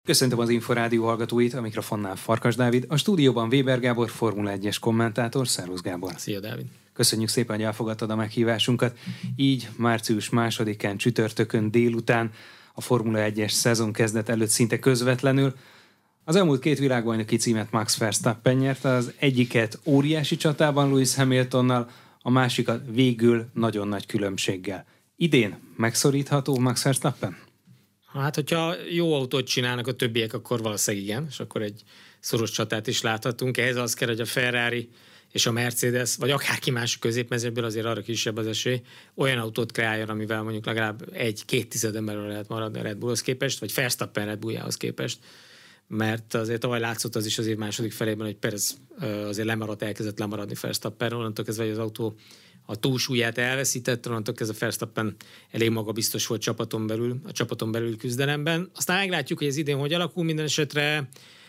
Köszöntöm az Inforádió hallgatóit, a mikrofonnál Farkas Dávid, a stúdióban Weber Gábor, Formula 1-es kommentátor. Szervusz Gábor! Szia Dávid! Köszönjük szépen, hogy elfogadtad a meghívásunkat. Így március 2-án csütörtökön délután a Formula 1-es szezon kezdet előtt szinte közvetlenül az elmúlt két világbajnoki címet Max Verstappen nyerte, az egyiket óriási csatában Lewis Hamiltonnal, a másikat végül nagyon nagy különbséggel. Idén megszorítható Max Verstappen? Hát, hogyha jó autót csinálnak a többiek, akkor valószínűleg igen, és akkor egy szoros csatát is láthatunk. Ehhez az kell, hogy a Ferrari és a Mercedes, vagy akárki más középmezőből, azért arra kisebb az esély, olyan autót kreáljon, amivel mondjuk legalább 1-2 tizeden belül lehet maradni a Red Bullhoz képest, vagy Verstappen Red Bulljához képest. Mert azért tavaly látszott az is az év második felében, hogy Perez azért elkezdett lemaradni Verstappenről, onnantól kezdve, hogy az autó a túlsúlyát elveszített, onnantól kezdve Verstappen elég magabiztos volt a csapaton belül küzdelemben. Aztán meglátjuk, hogy ez idén hogy alakul, minden esetre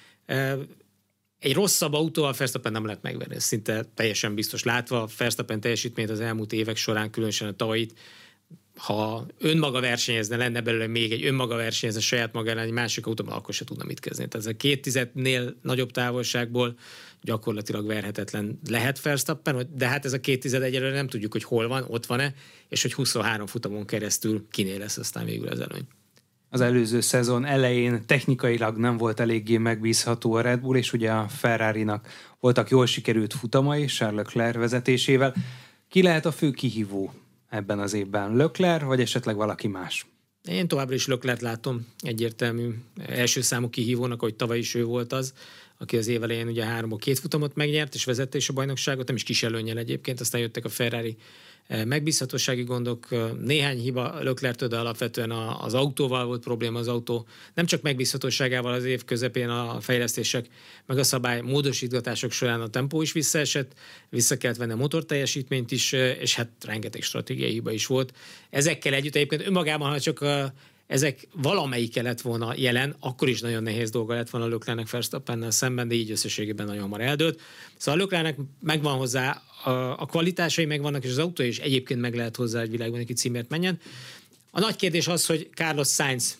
egy rosszabb autóval Verstappen nem lehet megverni, ez szinte teljesen biztos látva. Verstappen teljesítményt az elmúlt évek során, különösen a tavalyit, ha önmaga versenyezne, lenne belőle még egy önmaga versenyezne saját maga ellen egy másik autóban, akkor se tudna mit kezdeni. Tehát ez a 2 tizednél nagyobb távolságból gyakorlatilag verhetetlen lehet Verstappen, de hát ez a 2 tized egyelőre nem tudjuk, hogy hol van, ott van-e, és hogy 23 futamon keresztül kinél lesz aztán végül az előny. Az előző szezon elején technikailag nem volt eléggé megbízható a Red Bull, és ugye a Ferrarinak voltak jól sikerült futamai Charles Leclerc vezetésével. Ki lehet a fő kihívó ebben az évben? Leclerc, vagy esetleg valaki más? Én továbbra is Leclerc látom egyértelmű első számú kihívónak, hogy tavaly is ő volt az, aki az év elején ugye 3-2 futamot megnyert, és vezette is a bajnokságot, nem is kis előnnyel egyébként, aztán jöttek a Ferrari megbízhatósági gondok, néhány hiba Leclerctől, de alapvetően az autóval volt probléma, az autó nem csak megbízhatóságával az év közepén a fejlesztések, meg a szabály módosítgatások során a tempó is visszaesett, vissza kellett venni a motor teljesítményt is, és hát rengeteg stratégiai hiba is volt. Ezekkel együtt egyébként önmagában, ha csak ezek valamelyike lett volna jelen, akkor is nagyon nehéz dolga lett volna Leclercnek Verstappennel szemben, de így összességében nagyon hamar eldőlt. Szóval Leclercnek megvan hozzá a kvalitásai megvannak, és az autó is egyébként meg lehet hozzá, hogy világbajnoki címért menjen. A nagy kérdés az, hogy Carlos Sainz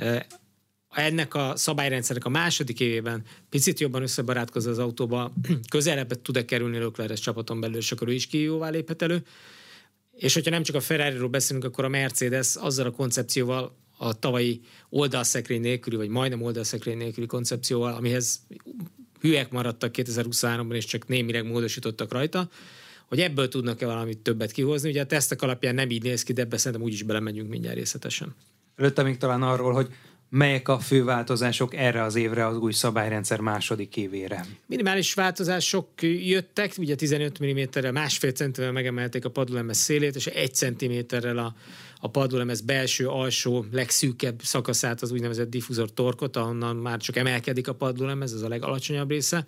ennek a szabályrendszernek a második évében picit jobban összebarátkozza az autóba, közelebb tud-e kerülni Leclerc csapaton belül, és akkor ő is kihívóvá léphet elő. És hogyha nem csak a Ferrariról beszélünk, akkor a Mercedes azzal a koncepcióval, a tavalyi oldalszekrény nélküli, vagy majdnem oldalszekrény nélküli koncepcióval, amihez hülyek maradtak 2023-ban, és csak némileg módosítottak rajta, hogy ebből tudnak-e valamit többet kihozni. Ugye a tesztek alapján nem így néz ki, de ebbe szerintem úgyis belemegyünk mindjárt részletesen. Előtte még talán arról, hogy melyek a fő változások erre az évre az új szabályrendszer második évére? Minimális változások jöttek, ugye 15 mm-rel, 1,5 centivel megemelték a padlólemez szélét, és 1 cm-rel a padlólemez belső, alsó, legszűkebb szakaszát, az úgynevezett diffúzor torkot, ahonnan már csak emelkedik a padlólemez, ez a legalacsonyabb része,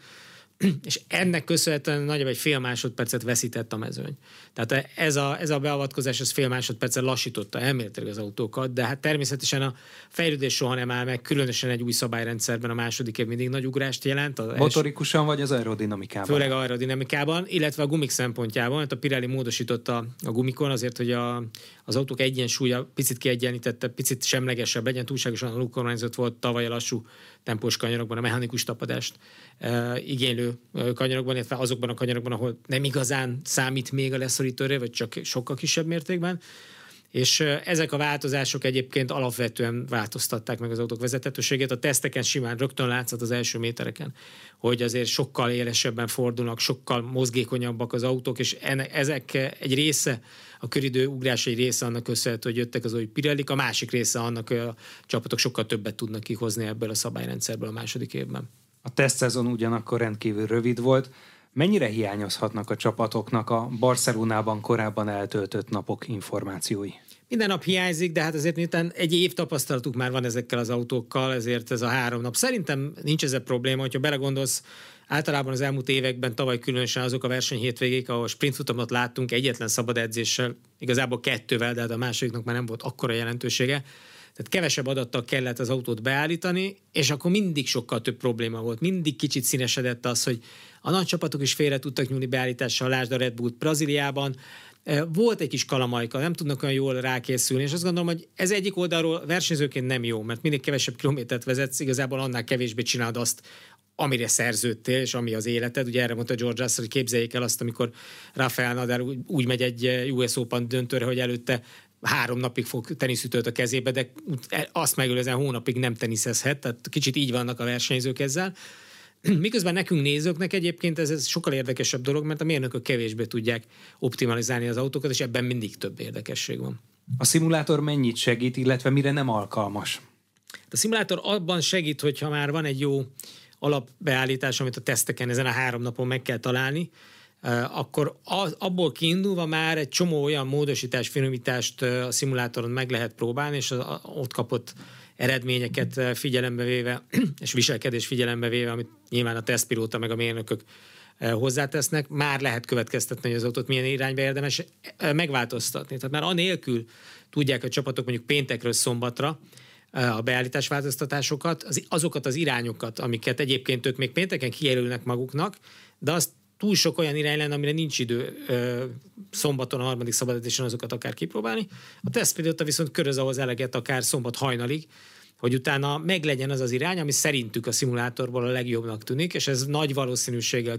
és ennek köszönhetően nagyjából egy fél másodpercet veszített a mezőny. Tehát ez a beavatkozás, ez fél másodpercet lassította elméletileg az autókat, de hát természetesen a fejlődés soha nem áll meg, különösen egy új szabályrendszerben a második év mindig nagy ugrást jelent. Motorikusan vagy az aerodinamikában? Főleg aerodinamikában, illetve a gumik szempontjában, hát a Pirelli módosította a gumikon azért, hogy az autók egyensúlya picit kiegyenlítette, picit semlegesebb legyen, túlságosan alulkormányzott volt tavaly a lassú tempós kanyarokban, a mechanikus tapadást igénylő kanyarokban, illetve azokban a kanyarokban, ahol nem igazán számít még a leszorító erő, vagy csak sokkal kisebb mértékben. És ezek a változások egyébként alapvetően változtatták meg az autók vezethetőségét. A teszteken simán rögtön látszott az első métereken, hogy azért sokkal élesebben fordulnak, sokkal mozgékonyabbak az autók, és ezek egy része, a köridő ugrás egy része annak köszönhető, hogy jöttek az új Pirellik, a másik része annak, hogy a csapatok sokkal többet tudnak kihozni ebből a szabályrendszerből a második évben. A tesztszezon ugyanakkor rendkívül rövid volt. Mennyire hiányozhatnak a csapatoknak a Barcelonában korábban eltöltött napok információi? Minden nap hiányzik, de hát azért miután egy év tapasztalatuk már van ezekkel az autókkal, ezért ez a 3 nap. Szerintem nincs ez a probléma, hogyha belegondolsz, általában az elmúlt években, tavaly különösen azok a versenyhétvégék, ahol sprintfutamot láttunk egyetlen szabad edzéssel, igazából 2-vel, de hát a másodiknak már nem volt akkora jelentősége. Tehát kevesebb adattal kellett az autót beállítani, és akkor mindig sokkal több probléma volt. Mindig kicsit színesedett az, hogy a nagy csapatok is félre tudtak nyúlni beállítással, lásd a Red Bullt Brazíliában, Volt egy kis kalamajka, nem tudnak olyan jól rákészülni, és azt gondolom, hogy ez egyik oldalról versenyzőként nem jó, mert minél kevesebb kilométert vezetsz, igazából annál kevésbé csinálod azt, amire szerződtél, és ami az életed. Ugye erre mondta George Russell, hogy képzeljék el azt, amikor Rafael Nadal úgy megy egy US Open döntőre, hogy előtte 3 napig fog teniszütőt a kezébe, de azt megelőzően hónapig nem teniszezhet, tehát kicsit így vannak a versenyzők ezzel. Miközben nekünk nézőknek egyébként ez sokkal érdekesebb dolog, mert a mérnökök kevésbé tudják optimalizálni az autókat, és ebben mindig több érdekesség van. A szimulátor mennyit segít, illetve mire nem alkalmas? A szimulátor abban segít, hogyha már van egy jó alapbeállítás, amit a teszteken ezen a 3 napon meg kell találni, akkor abból kiindulva már egy csomó olyan módosítás, finomítást a szimulátoron meg lehet próbálni, és ott kapott eredményeket figyelembe véve, és viselkedés figyelembe véve, amit nyilván a tesztpilóta meg a mérnökök hozzátesznek, már lehet következtetni, hogy az autót milyen irányba érdemes megváltoztatni. Tehát már anélkül tudják a csapatok mondjuk péntekről szombatra a beállítás változtatásokat, azokat az irányokat, amiket egyébként ők még pénteken kijelölnek maguknak, de azt túl sok olyan irány lenne, amire nincs idő szombaton, a 3. szabadedzésen azokat akár kipróbálni. A tesztpilóta viszont köröz ahhoz eleget akár szombat hajnalig, hogy utána meglegyen az az irány, ami szerintük a szimulátorból a legjobbnak tűnik, és ez nagy valószínűséggel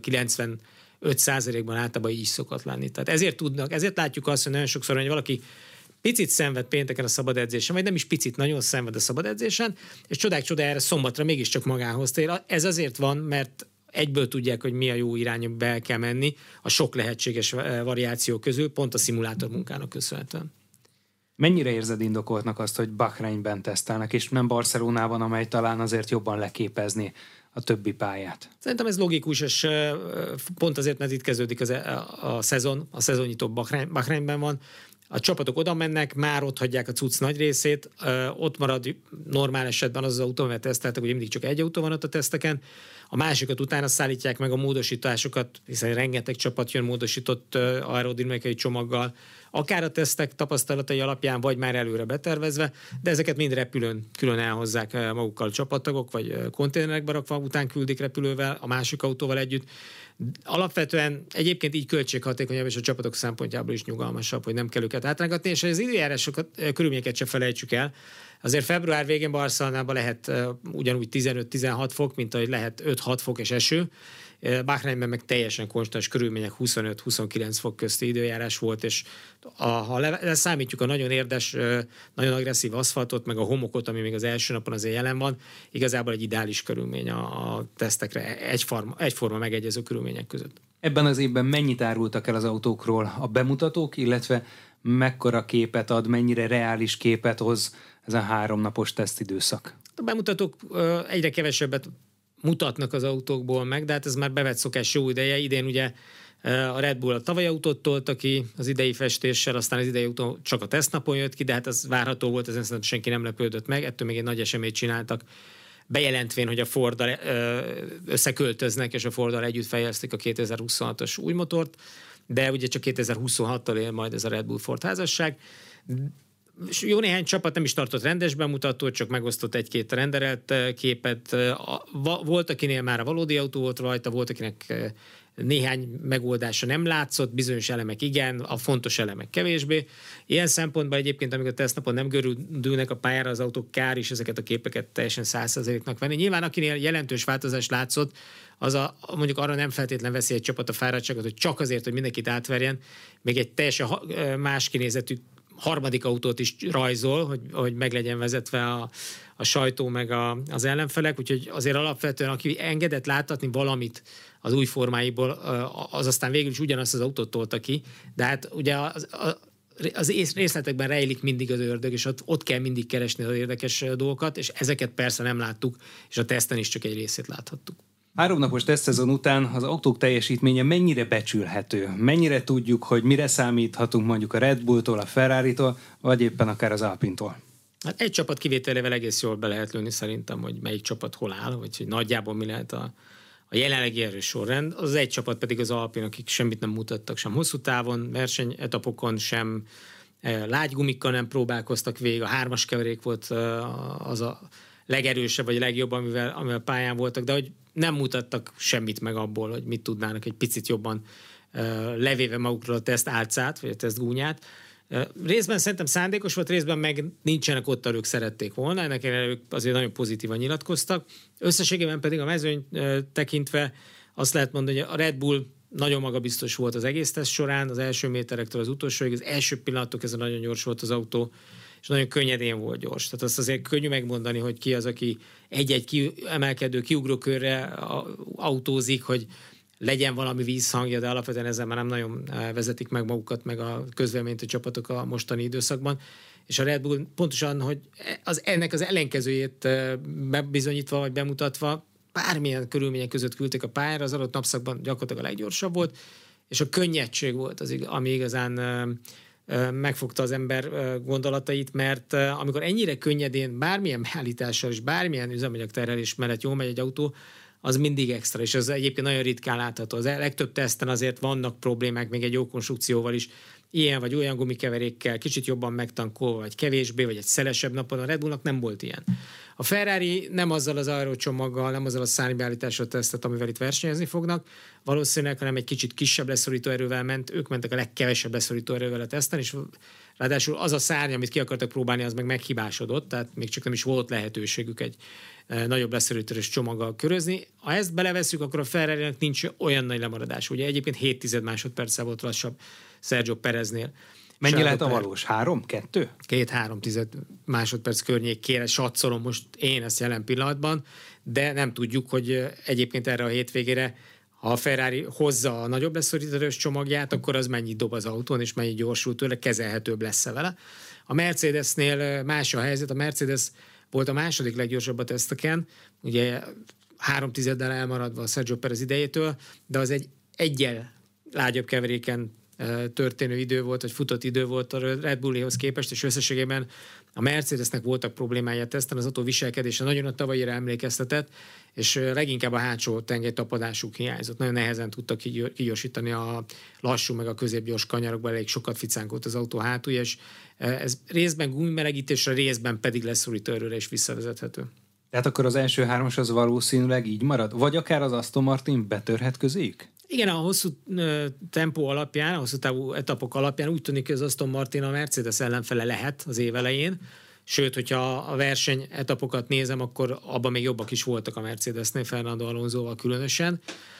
95%-ban általában így szokott lenni. Tehát ezért látjuk azt, hogy nagyon sokszor, hogy valaki picit szenved pénteken a szabad edzésen, vagy nem is picit, nagyon szenved a szabad edzésen, és csodák csodájára szombatra mégiscsak magához tér. Ez azért van, mert egyből tudják, hogy mi a jó irányba be kell menni a sok lehetséges variáció közül, pont a szimulátor munkának köszönhetően. Mennyire érzed indokoltnak azt, hogy Bahreinben tesztelnek, és nem Barcelonában, amely talán azért jobban leképezni a többi pályát? Szerintem ez logikus, és pont azért, mert itt kezdődik a szezonnyitó Bahreinben van. A csapatok oda mennek, már ott hagyják a cucc nagy részét, ott marad normál esetben az autó, mert teszteltek, ugye mindig csak egy autó van ott a teszteken, a másikat utána szállítják meg a módosításokat, hiszen rengeteg csapat jön módosított aerodinamikai csomaggal, akár a tesztek tapasztalatai alapján, vagy már előre betervezve, de ezeket mind repülőn külön elhozzák magukkal a csapattagok, vagy konténerekbe rakva, után küldik repülővel, a másik autóval együtt. Alapvetően egyébként így költséghatékonyabb, és a csapatok szempontjából is nyugalmasabb, hogy nem kell őket átrángatni, és az időjárásokat, körülményeket se felejtsük el. Azért február végén Barcelonában lehet ugyanúgy 15-16 fok, mint ahogy lehet 5-6 fok és eső. Bahreinben meg teljesen konstans körülmények 25-29 fok közti időjárás volt, és ha leszámítjuk a nagyon érdes, nagyon agresszív aszfaltot, meg a homokot, ami még az első napon azért jelen van, igazából egy ideális körülmény a tesztekre, egyforma megegyező körülmények között. Ebben az évben mennyit árultak el az autókról a bemutatók, illetve mekkora képet ad, mennyire reális képet hoz ez a 3 napos tesztidőszak? A bemutatók egyre kevesebbet mutatnak az autókból meg, de hát ez már bevett szokás jó ideje. Idén ugye a Red Bull a tavalyi autót tolta ki az idei festéssel, aztán az idei autó csak a tesztnapon jött ki, de hát az várható volt, ezen szerintem senki nem lepődött meg, ettől még egy nagy eseményt csináltak, bejelentvén, hogy a Forddal összeköltöznek, és a Forddal együtt fejlesztik a 2026-os új motort, de ugye csak 2026-tal él majd ez a Red Bull Ford házasság. Jó néhány csapat nem is tartott rendes bemutatót, csak megosztott egy-két renderelt képet. Volt, akinél már a valódi autó volt rajta, volt, akinek néhány megoldása nem látszott, bizonyos elemek igen, a fontos elemek kevésbé. Ilyen szempontból egyébként, amikor a tesztnapon nem gördülnek a pályára az autók, kár is ezeket a képeket teljesen 100%-nak venni. Nyilván akinél jelentős változás látszott, mondjuk arra nem feltétlen veszi egy csapat a fáradtságot, hogy csak azért, hogy mindenkit átverjen, még egy teljesen más kinézetű harmadik autót is rajzol, hogy meg legyen vezetve a sajtó meg az ellenfelek, úgyhogy azért alapvetően, aki engedett láttatni valamit az új formáiból, az aztán végül is ugyanazt az autót tolta ki, de hát ugye az részletekben rejlik mindig az ördög, és ott kell mindig keresni az érdekes dolgokat, és ezeket persze nem láttuk, és a teszten is csak egy részét láthattuk. 3 napos tesztszezon után az autók teljesítménye mennyire becsülhető? Mennyire tudjuk, hogy mire számíthatunk mondjuk a Red Bulltól, a Ferraritól, vagy éppen akár az Alpintól? Hát egy csapat kivételével egész jól be lehet lőni szerintem, hogy melyik csapat hol áll, vagy hogy nagyjából mi lehet a jelenlegi erős sorrend. Az egy csapat pedig az Alpin, akik semmit nem mutattak, sem hosszú távon, versenyetapokon, sem lágy gumikkal nem próbálkoztak végig. A 3-as keverék volt az a legerősebb, vagy a legjobb, amivel pályán voltak, de hogy nem mutattak semmit meg abból, hogy mit tudnának egy picit jobban levéve magukról a teszt álcát, vagy a teszt gúnyát. Részben szerintem szándékos volt, részben meg nincsenek ott, ők szerették volna, ennek ők azért nagyon pozitívan nyilatkoztak. Összességében pedig a mezőny tekintve azt lehet mondani, hogy a Red Bull nagyon magabiztos volt az egész teszt során, az első méterektől az utolsóig, az első pillanattól ez nagyon gyors volt az autó, és nagyon könnyedén volt gyors. Tehát azt azért könnyű megmondani, hogy ki az, aki egy-egy emelkedő kiugrókörre autózik, hogy legyen valami vízhangja, de alapvetően ezzel már nem nagyon vezetik meg magukat, meg a közvéleményt a csapatok a mostani időszakban. És a Red Bull pontosan, hogy ennek az ellenkezőjét bebizonyítva, vagy bemutatva, bármilyen körülmények között küldték a pályára, az adott napszakban gyakorlatilag a leggyorsabb volt, és a könnyedség volt az, ami igazán megfogta az ember gondolatait, mert amikor ennyire könnyedén bármilyen beállítással és bármilyen üzemanyagterhelés mellett jól megy egy autó, az mindig extra, és ez egyébként nagyon ritkán látható. Az legtöbb teszten azért vannak problémák, még egy jó konstrukcióval is, ilyen vagy olyan gumikeverékkel, kicsit jobban megtankolva, vagy kevésbé, vagy egy szelesebb napon. A Red Bullnak nem volt ilyen. A Ferrari nem azzal az aerocsomaggal, nem azzal a szárnybeállítással tesztet, amivel itt versenyezni fognak, valószínűleg, hanem egy kicsit kisebb leszorító erővel ment, ők mentek a legkevesebb leszorító erővel a teszten, és ráadásul az a szárny, amit ki akartak próbálni, az meg meghibásodott, tehát még csak nem is volt lehetőségük egy nagyobb leszorítós csomaggal körözni. Ha ezt beleveszünk, akkor a Ferrari-nek nincs olyan nagy lemaradás. Ugye egyébként 7 másodperccel volt lassabb Sergio Pereznél. Mennyi lehet a valós? 3? 2? 2-3 másodperc környékére satszolom most én ezt jelen pillanatban, de nem tudjuk, hogy egyébként erre a hétvégére, ha a Ferrari hozza a nagyobb leszorítós csomagját, akkor az mennyit dob az autón, és mennyit gyorsul tőle, kezelhetőbb lesz vele. A Mercedesnél más a helyzet, a Mercedes volt a második leggyorsabb a teszteken, ugye 3/10 elmaradva a Sergio Perez idejétől, de az egy egyel lágyabb keveréken történő idő volt, vagy futott idő volt a Red Bulléhoz képest, és összességében a Mercedesnek voltak problémája a teszten, az autó viselkedése nagyon a tavalyira emlékeztetett, és leginkább a hátsó tengelytapadásuk hiányzott. Nagyon nehezen tudtak kigyorsítani a lassú, meg a középgyors kanyarokban, elég sokat ficánkolt az autó hátulja, és ez részben gumimelegítésre, részben pedig leszorító erőre is visszavezethető. Tehát akkor az első hármas az valószínűleg így marad? Vagy akár az Aston Martin betörhet közéjük? Igen, a hosszú tempó alapján, a hosszú távú etapok alapján úgy tűnik, hogy az Aston Martin a Mercedes ellenfele lehet az év elején, sőt, hogyha a verseny etapokat nézem, akkor abban még jobbak is voltak a Mercedesnél, Fernando Alonsóval különösen,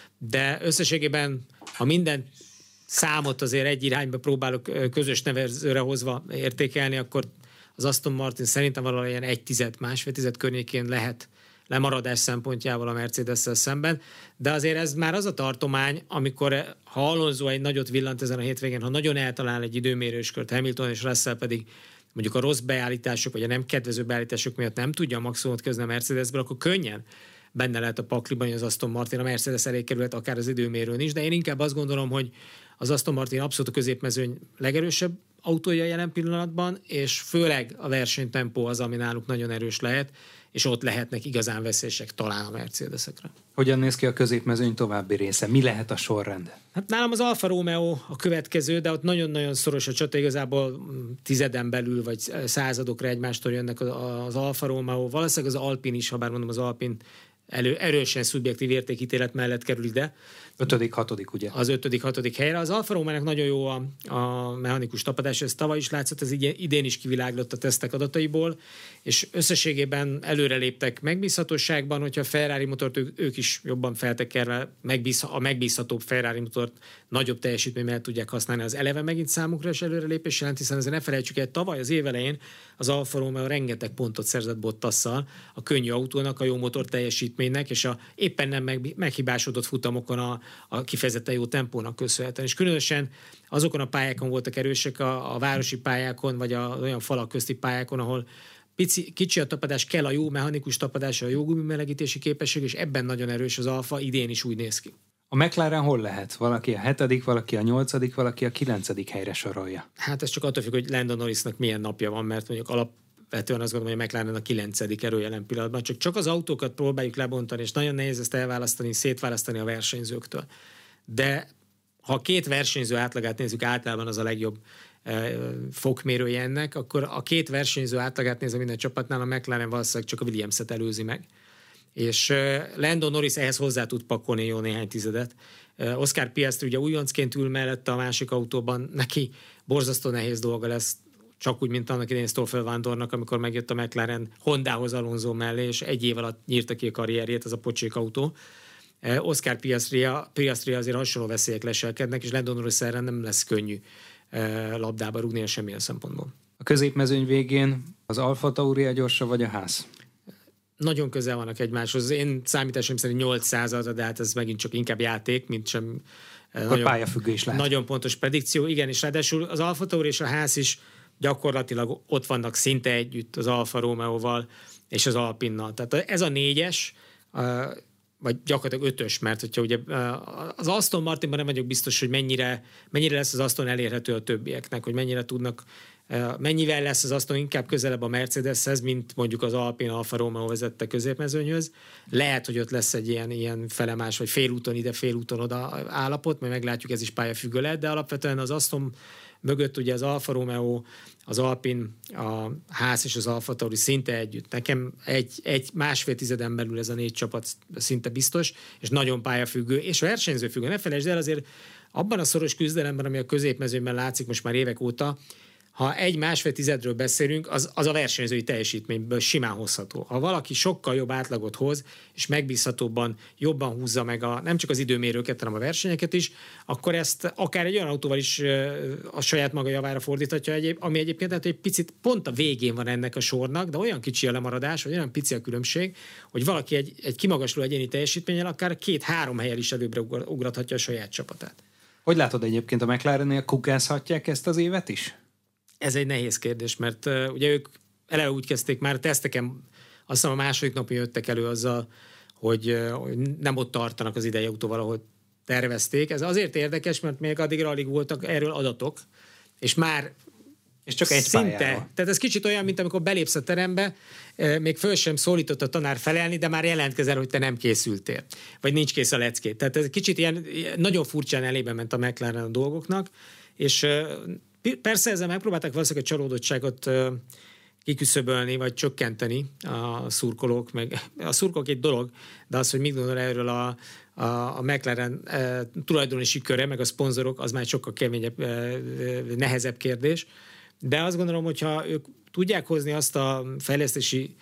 de összességében, ha minden számot azért egy irányba próbálok közös nevezőre hozva értékelni, akkor az Aston Martin szerintem valahol ilyen 1/10 környékén lehet lemaradás szempontjával a Mercedes-szel szemben, de azért ez már az a tartomány, amikor ha Alonso egy nagyot villant ezen a hétvégén, ha nagyon eltalál egy időmérőskört, Hamilton és Russell pedig mondjuk a rossz beállítások, vagy a nem kedvező beállítások miatt nem tudja a maximumot közni a Mercedesből, akkor könnyen benne lehet a pakliban, hogy az Aston Martin a Mercedes elé kerülhet akár az időmérőn is, de én inkább azt gondolom, hogy az Aston Martin abszolút a középmezőny legerősebb autója jelen pillanatban, és főleg a versenytempó az, ami náluk nagyon erős lehet, és ott lehetnek igazán veszélyesek talán a Mercedesekre. Hogyan néz ki a középmezőny további része? Mi lehet a sorrend? Hát nálam az Alfa Romeo a következő, de ott nagyon-nagyon szoros a csata, igazából 10 belül, vagy századokra egymástól jönnek az Alfa Romeo, valószínűleg az Alpine is, ha bár mondom az Alpine erősen szubjektív értékítélet mellett kerül ide. 5.-6. ugye? Az 5.-6. helyre. Az Alfa Romeo-nek nagyon jó a mechanikus tapadás, ez tavaly is látszott, ez idén is kiviláglott a tesztek adataiból, és összességében előreléptek megbízhatóságban, hogyha a Ferrari motort ők is jobban feltekerve a megbízhatóbb Ferrari motort nagyobb teljesítmény mellett tudják használni, az eleve megint számukra is előrelépés jelent, hiszen ezzel ne felejtsük el, tavaly az év elején az Alfa Romeo rengeteg pontot szerzett Bottasszal, a könnyű autónak, a jó motor teljesítménynek, és a éppen nem meghibásodott futamokon a kifejezetten jó tempónak köszönhetően. És különösen azokon a pályákon voltak erősek, a városi pályákon, vagy olyan falak közti pályákon, ahol kicsi a tapadás, kell a jó mechanikus tapadás, a jó gumimelegítési képesség, és ebben nagyon erős az Alfa, idén is úgy néz ki. A McLaren hol lehet? Valaki a 7., valaki a 8., valaki a 9. helyre sorolja. Hát ez csak attól függ, hogy Lando Norrisnak milyen napja van, mert mondjuk alapvetően azt gondolom, hogy a McLaren a 9. erő jelen pillanatban. Csak az autókat próbáljuk lebontani, és nagyon nehéz ezt elválasztani, szétválasztani a versenyzőktől. De ha két versenyző átlagát nézzük, általában az a legjobb fokmérője ennek, akkor a két versenyző átlagát nézve minden csapatnál, a McLaren valószínűleg csak a Williamset előzi meg. És Lando Norris ehhez hozzá tud pakolni jó néhány tizedet. Oscar Piastri ugye újoncként ül mellette a másik autóban, neki borzasztó nehéz dolga lesz, csak úgy, mint annak idején Stoffel Vandoornak, amikor megjött a McLaren Hondához Alonso mellé, és egy év alatt nyírta ki a karrierjét, az a pocsék autó. Oscar Piastri azért hasonló veszélyek leselkednek, és Lando Norris erre nem lesz könnyű labdába rúgni semmilyen szempontból. A középmezőny végén az Alfa Tauri a gyorsa, vagy a Haas? Nagyon közel vannak egymáshoz. Én számításom szerint 800, de hát ez megint csak inkább játék, mint sem nagyon, pályafüggő is lehet. Nagyon pontos predikció. Igen, és ráadásul az Alfa Tauri és a Haas is gyakorlatilag ott vannak szinte együtt az Alfa Romeóval és az Alpinnal. Tehát ez a 4-es, vagy gyakorlatilag 5-ös, mert hogyha ugye az Aston Martinban nem vagyok biztos, hogy mennyire lesz az Aston elérhető a többieknek, hogy mennyire tudnak, mennyivel lesz az Aston inkább közelebb a Mercedeshez, mint mondjuk az Alpine Alfa Romeo vezette középmezőnyhöz. Lehet, hogy ott lesz egy ilyen felemás, vagy félúton ide, félúton oda állapot, majd meglátjuk, ez is pályafüggő lehet, de alapvetően az Aston mögött ugye az Alfa Romeo, az Alpine, a Haas és az Alfa Tauri szinte együtt. Nekem egy másfél tizeden belül ez a 4 csapat szinte biztos, és nagyon pályafüggő, és versenyzőfüggő. Ne felejtsd el, azért abban a szoros küzdelemben, ami a középmezőnyben látszik most már évek óta, ha egy másfél tizedről beszélünk, az a versenyzői teljesítményből simán hozható. Ha valaki sokkal jobb átlagot hoz, és megbízhatóbban jobban húzza meg nem csak az időmérőket, hanem a versenyeket is, akkor ezt akár egy olyan autóval is a saját maga javára fordíthatja, ami egyébként lehet, hogy egy picit pont a végén van ennek a sornak, de olyan kicsi a lemaradás, vagy olyan pici a különbség, hogy valaki egy kimagasló egyéni teljesítménnyel akár 2-3 helyen is előbbre ugrathatja a saját csapatát. Hogy látod egyébként, a McLarennél kukázhatják ezt az évet is? Ez egy nehéz kérdés, mert ugye ők eleve úgy kezdték már, teszteken, azt hiszem a második napon jöttek elő azzal, hogy nem ott tartanak az idei autóval, ahol tervezték. Ez azért érdekes, mert még addigra alig voltak erről adatok, és már és csak egy szinte, pályára. Tehát ez kicsit olyan, mint amikor belépsz a terembe, még föl sem szólított a tanár felelni, de már jelentkezel, hogy te nem készültél, vagy nincs kész a leckét. Tehát ez kicsit ilyen, nagyon furcsán elébe ment a McLaren a dolgoknak, és persze ezzel megpróbálták valószínűleg a csalódottságot kiküszöbölni, vagy csökkenteni a szurkolók, meg a szurkolók egy dolog, de az, hogy mit gondol erről a McLaren tulajdonosi köre, meg a szponzorok, az már sokkal keményebb, nehezebb kérdés. De azt gondolom, hogyha ők tudják hozni azt a fejlesztési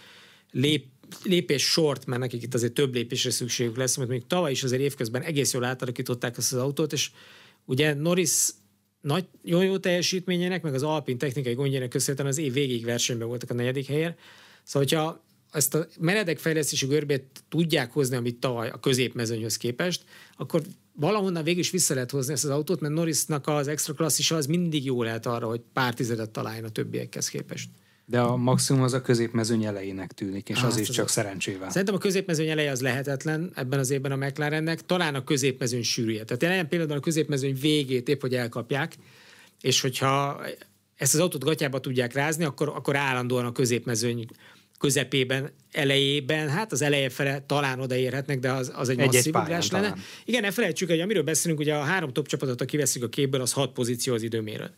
lépés sort, mert nekik itt azért több lépésre szükségük lesz, mert még tavaly is azért évközben egész jól átalakították ezt az autót, és ugye Norris jó teljesítményének, meg az Alpine technikai gondjának köszönhetően az év végig versenyben voltak a 4. helyen. Szóval, hogyha ezt a meredek fejlesztési görbét tudják hozni, amit tavaly a középmezőnyhöz képest, akkor valahonnan végül is vissza lehet hozni ezt az autót, mert Norrisnak az extra klasszisa az mindig jó lehet arra, hogy pár tizedet találjon a többiekhez képest. De a maximum az a középmezőny elejének tűnik, és az is csak szerencsével. Szerintem a középmezőny eleje az lehetetlen ebben az évben a McLarennek, talán a középmezőny sűrűje. Tehát jelen pillanatban a középmezőny végét épp hogy elkapják, és hogyha ezt az autót gatyába tudják rázni, akkor állandóan a középmezőny közepében, elejében, hát az eleje fele talán odaérhetnek, de az egy masszív ugrás lenne. Igen, ne felejtsük, hogy amiről beszélünk, ugye a 3 top csapatot, ha kiveszünk a képből, az 6 pozíció az időmérőn.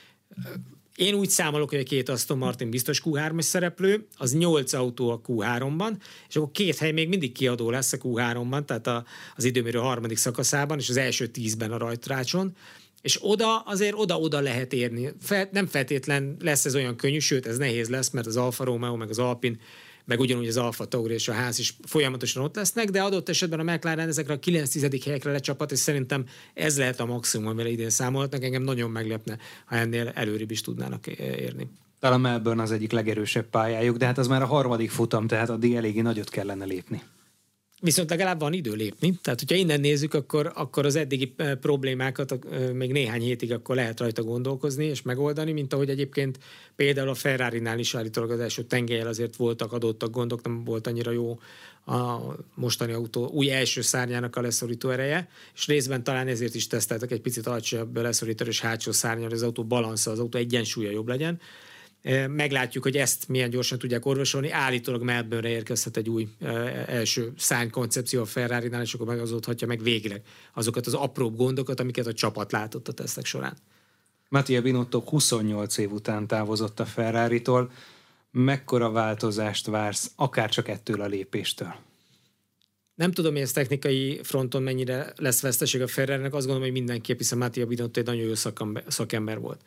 Én úgy számolok, hogy a 2 Aston Martin biztos Q3-as szereplő, az 8 autó a Q3-ban, és akkor 2 hely még mindig kiadó lesz a Q3-ban, tehát az időmérő 3. szakaszában, és az első 10-ben a rajtrácson, és azért oda lehet érni. Nem feltétlen lesz ez olyan könnyű, sőt ez nehéz lesz, mert az Alfa Romeo, meg az Alpine, meg ugyanúgy az Alfa Tauri és a Haas is folyamatosan ott lesznek, de adott esetben a McLaren ezekre a 9-10. helyekre lecsapat, és szerintem ez lehet a maximum, amire idén számolhatnak. Engem nagyon meglepne, ha ennél előrébb is tudnának érni. Talán Melbourne az egyik legerősebb pályájuk, de hát az már a 3. futam, tehát addig eléggé nagyot kellene lépni. Viszont legalább van idő lépni. Tehát, hogyha innen nézzük, akkor az eddigi problémákat még néhány hétig akkor lehet rajta gondolkozni és megoldani, mint ahogy egyébként például a Ferrarinál is állítólag az első tengelyel azért adottak gondok, nem volt annyira jó a mostani autó új első szárnyának a leszorító ereje, és részben talán ezért is teszteltek egy picit alacsonyabb leszorító és hátsó szárnyal, az autó balansza, az autó egyensúlya jobb legyen. Meglátjuk, hogy ezt milyen gyorsan tudják orvosolni. Állítólag Melbourne-re érkezhet egy új első szárnykoncepció a Ferrarinál, és akkor megazódhatja meg végleg azokat az apróbb gondokat, amiket a csapat látott a tesztek során. Mattia Binotto 28 év után távozott a Ferraritól. Mekkora változást vársz, akár csak ettől a lépéstől? Nem tudom, hogy ez technikai fronton mennyire lesz veszteség a Ferrarinek, azt gondolom, hogy mindenképp, hiszen Mattia Binotto egy nagyon jó szakember volt.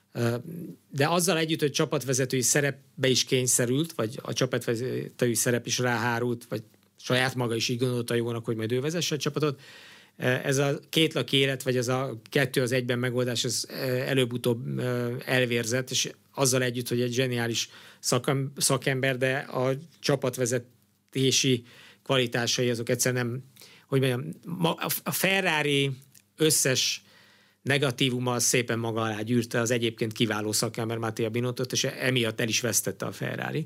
De azzal együtt, hogy csapatvezetői szerepbe is kényszerült, vagy a csapatvezetői szerep is ráhárult, vagy saját maga is így gondolta jónak, hogy majd ő vezesse a csapatot, ez a kétlaki élet, vagy ez a 2-1 megoldás, ez előbb-utóbb elvérzett, és azzal együtt, hogy egy zseniális szakember, de a csapatvezetési kvalitásai azok egyszerűen nem, hogy mondjam, a Ferrari összes negatívuma szépen maga alá gyűrte az egyébként kiváló szakember Mattia Binottot, és emiatt el is vesztette a Ferrari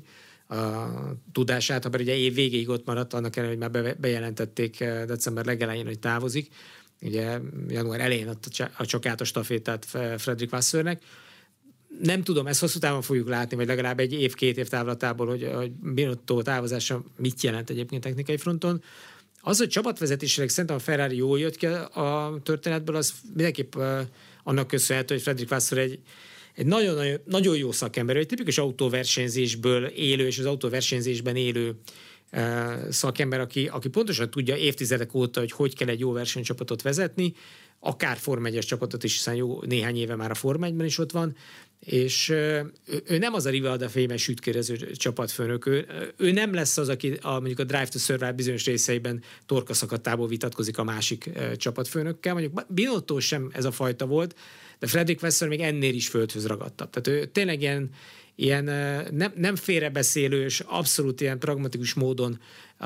a tudását, ha ugye év végéig ott maradt, annak ellenére, hogy már bejelentették december legelején, hogy távozik. Ugye január elején adta csak át a stafétát Fredrik Vassörnek. Nem tudom, ezt hosszú távon fogjuk látni, vagy legalább egy év-két év távlatából, hogy Binotto távozása mit jelent egyébként technikai fronton. Az, hogy csapatvezetésileg szerintem a Ferrari jól jött ki a történetből, az mindenképp annak köszönhető, hogy Fredrik Vassör egy nagyon, nagyon jó szakember, egy tipikus autóversenyzésből élő, és az autóversenyzésben élő szakember, aki pontosan tudja évtizedek óta, hogy kell egy jó versenycsapatot vezetni, akár Forma 1-es csapatot is, hiszen jó néhány éve már a Forma 1-ben is ott van, és ő nem az a Rivalda fémes sütkérező csapatfőnök, ő nem lesz az, aki mondjuk a Drive to Survive bizonyos részeiben torkaszakadtából vitatkozik a másik csapatfőnökkel. Mondjuk Binotto sem ez a fajta volt, de Fredrik Vassör még ennél is földhöz ragadtabb. Tehát ő tényleg ilyen nem félrebeszélő, és abszolút ilyen pragmatikus módon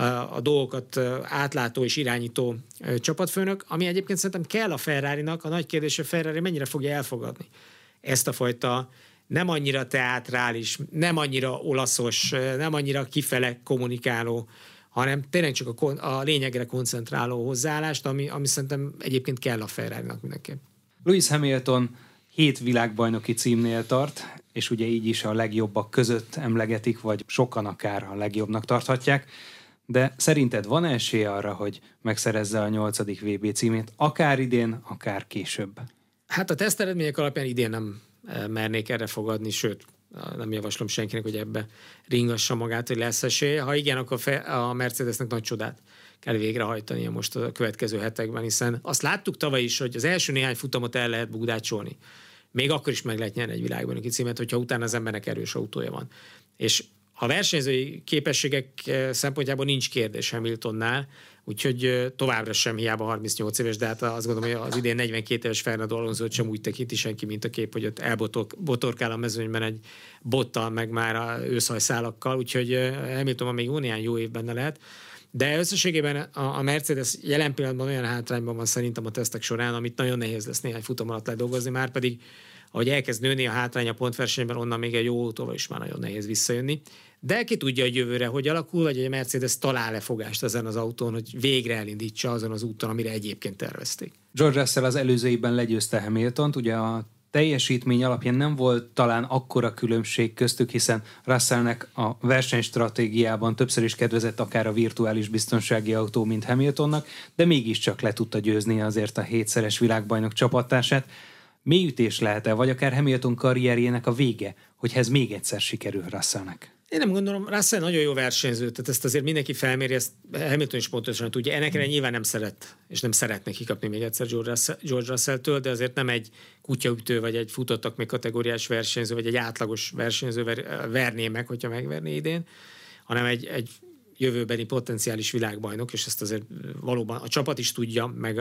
a dolgokat átlátó és irányító csapatfőnök, ami egyébként szerintem kell a Ferrarinak. A nagy kérdés, a Ferrari mennyire fogja elfogadni ezt a fajta nem annyira teátrális, nem annyira olaszos, nem annyira kifele kommunikáló, hanem tényleg csak a lényegre koncentráló hozzáállást, ami szerintem egyébként kell a Ferrarinak mindenképp. Lewis Hamilton 7 világbajnoki címnél tart, és ugye így is a legjobbak között emlegetik, vagy sokan akár a legjobbnak tarthatják, de szerinted van esélye arra, hogy megszerezze a 8. VB címét, akár idén, akár később? Hát a teszteredmények alapján idén nem mernék erre fogadni, sőt, nem javaslom senkinek, hogy ebbe ringassa magát, hogy lesz esélye. Ha igen, akkor a Mercedesnek nagy csodát kell végrehajtania most a következő hetekben, hiszen azt láttuk tavaly is, hogy az első néhány futamot el lehet bugdácsolni. Még akkor is meg lehet nyerni egy világbajnoki címet, hogyha utána az embernek erős autója van. És a versenyzői képességek szempontjából nincs kérdés Hamiltonnál, úgyhogy továbbra sem hiába 38 éves, de hát azt gondolom, hogy az idén 42 éves Fernando Alonso sem úgy tekinti senki, mint a kép, hogy ott elbotorkál a mezőnyben egy bottal, meg már a őszhajszálakkal, úgyhogy Hamiltonban még jó néhány jó év benne lehet. De összességében a Mercedes jelen pillanatban olyan hátrányban van szerintem a tesztek során, amit nagyon nehéz lesz néhány futam alatt ledolgozni, már pedig ahogy elkezd nőni a hátrány a pontversenyben, onnan még egy jó autóval is már nagyon nehéz visszajönni. De ki tudja, hogy jövőre hogy alakul, vagy a Mercedes talál-e fogást ezen az autón, hogy végre elindítsa azon az úton, amire egyébként tervezték. George Russell az előző évben legyőzte Hamiltont, ugye a teljesítmény alapján nem volt talán akkora különbség köztük, hiszen Russellnek a versenystratégiában többször is kedvezett akár a virtuális biztonsági autó, mint Hamiltonnak, de mégiscsak le tudta győzni azért a 7-szeres világbajnok csapattársát. Mélyütés lehet-e, vagy akár Hamilton karrierjének a vége, hogy ez még egyszer sikerül Russellnek? Én nem gondolom, Russell nagyon jó versenyző, tehát ezt azért mindenki felméri, ezt Hamilton is pontosan tudja. Ennek nyilván nem szeret, és nem szeretne kikapni még egyszer George Russell-től, de azért nem egy kutyaütő, vagy egy futottak még kategóriás versenyző, vagy egy átlagos versenyző verné meg, hogyha megverné idén, hanem egy jövőbeni potenciális világbajnok, és ezt azért valóban a csapat is tudja, meg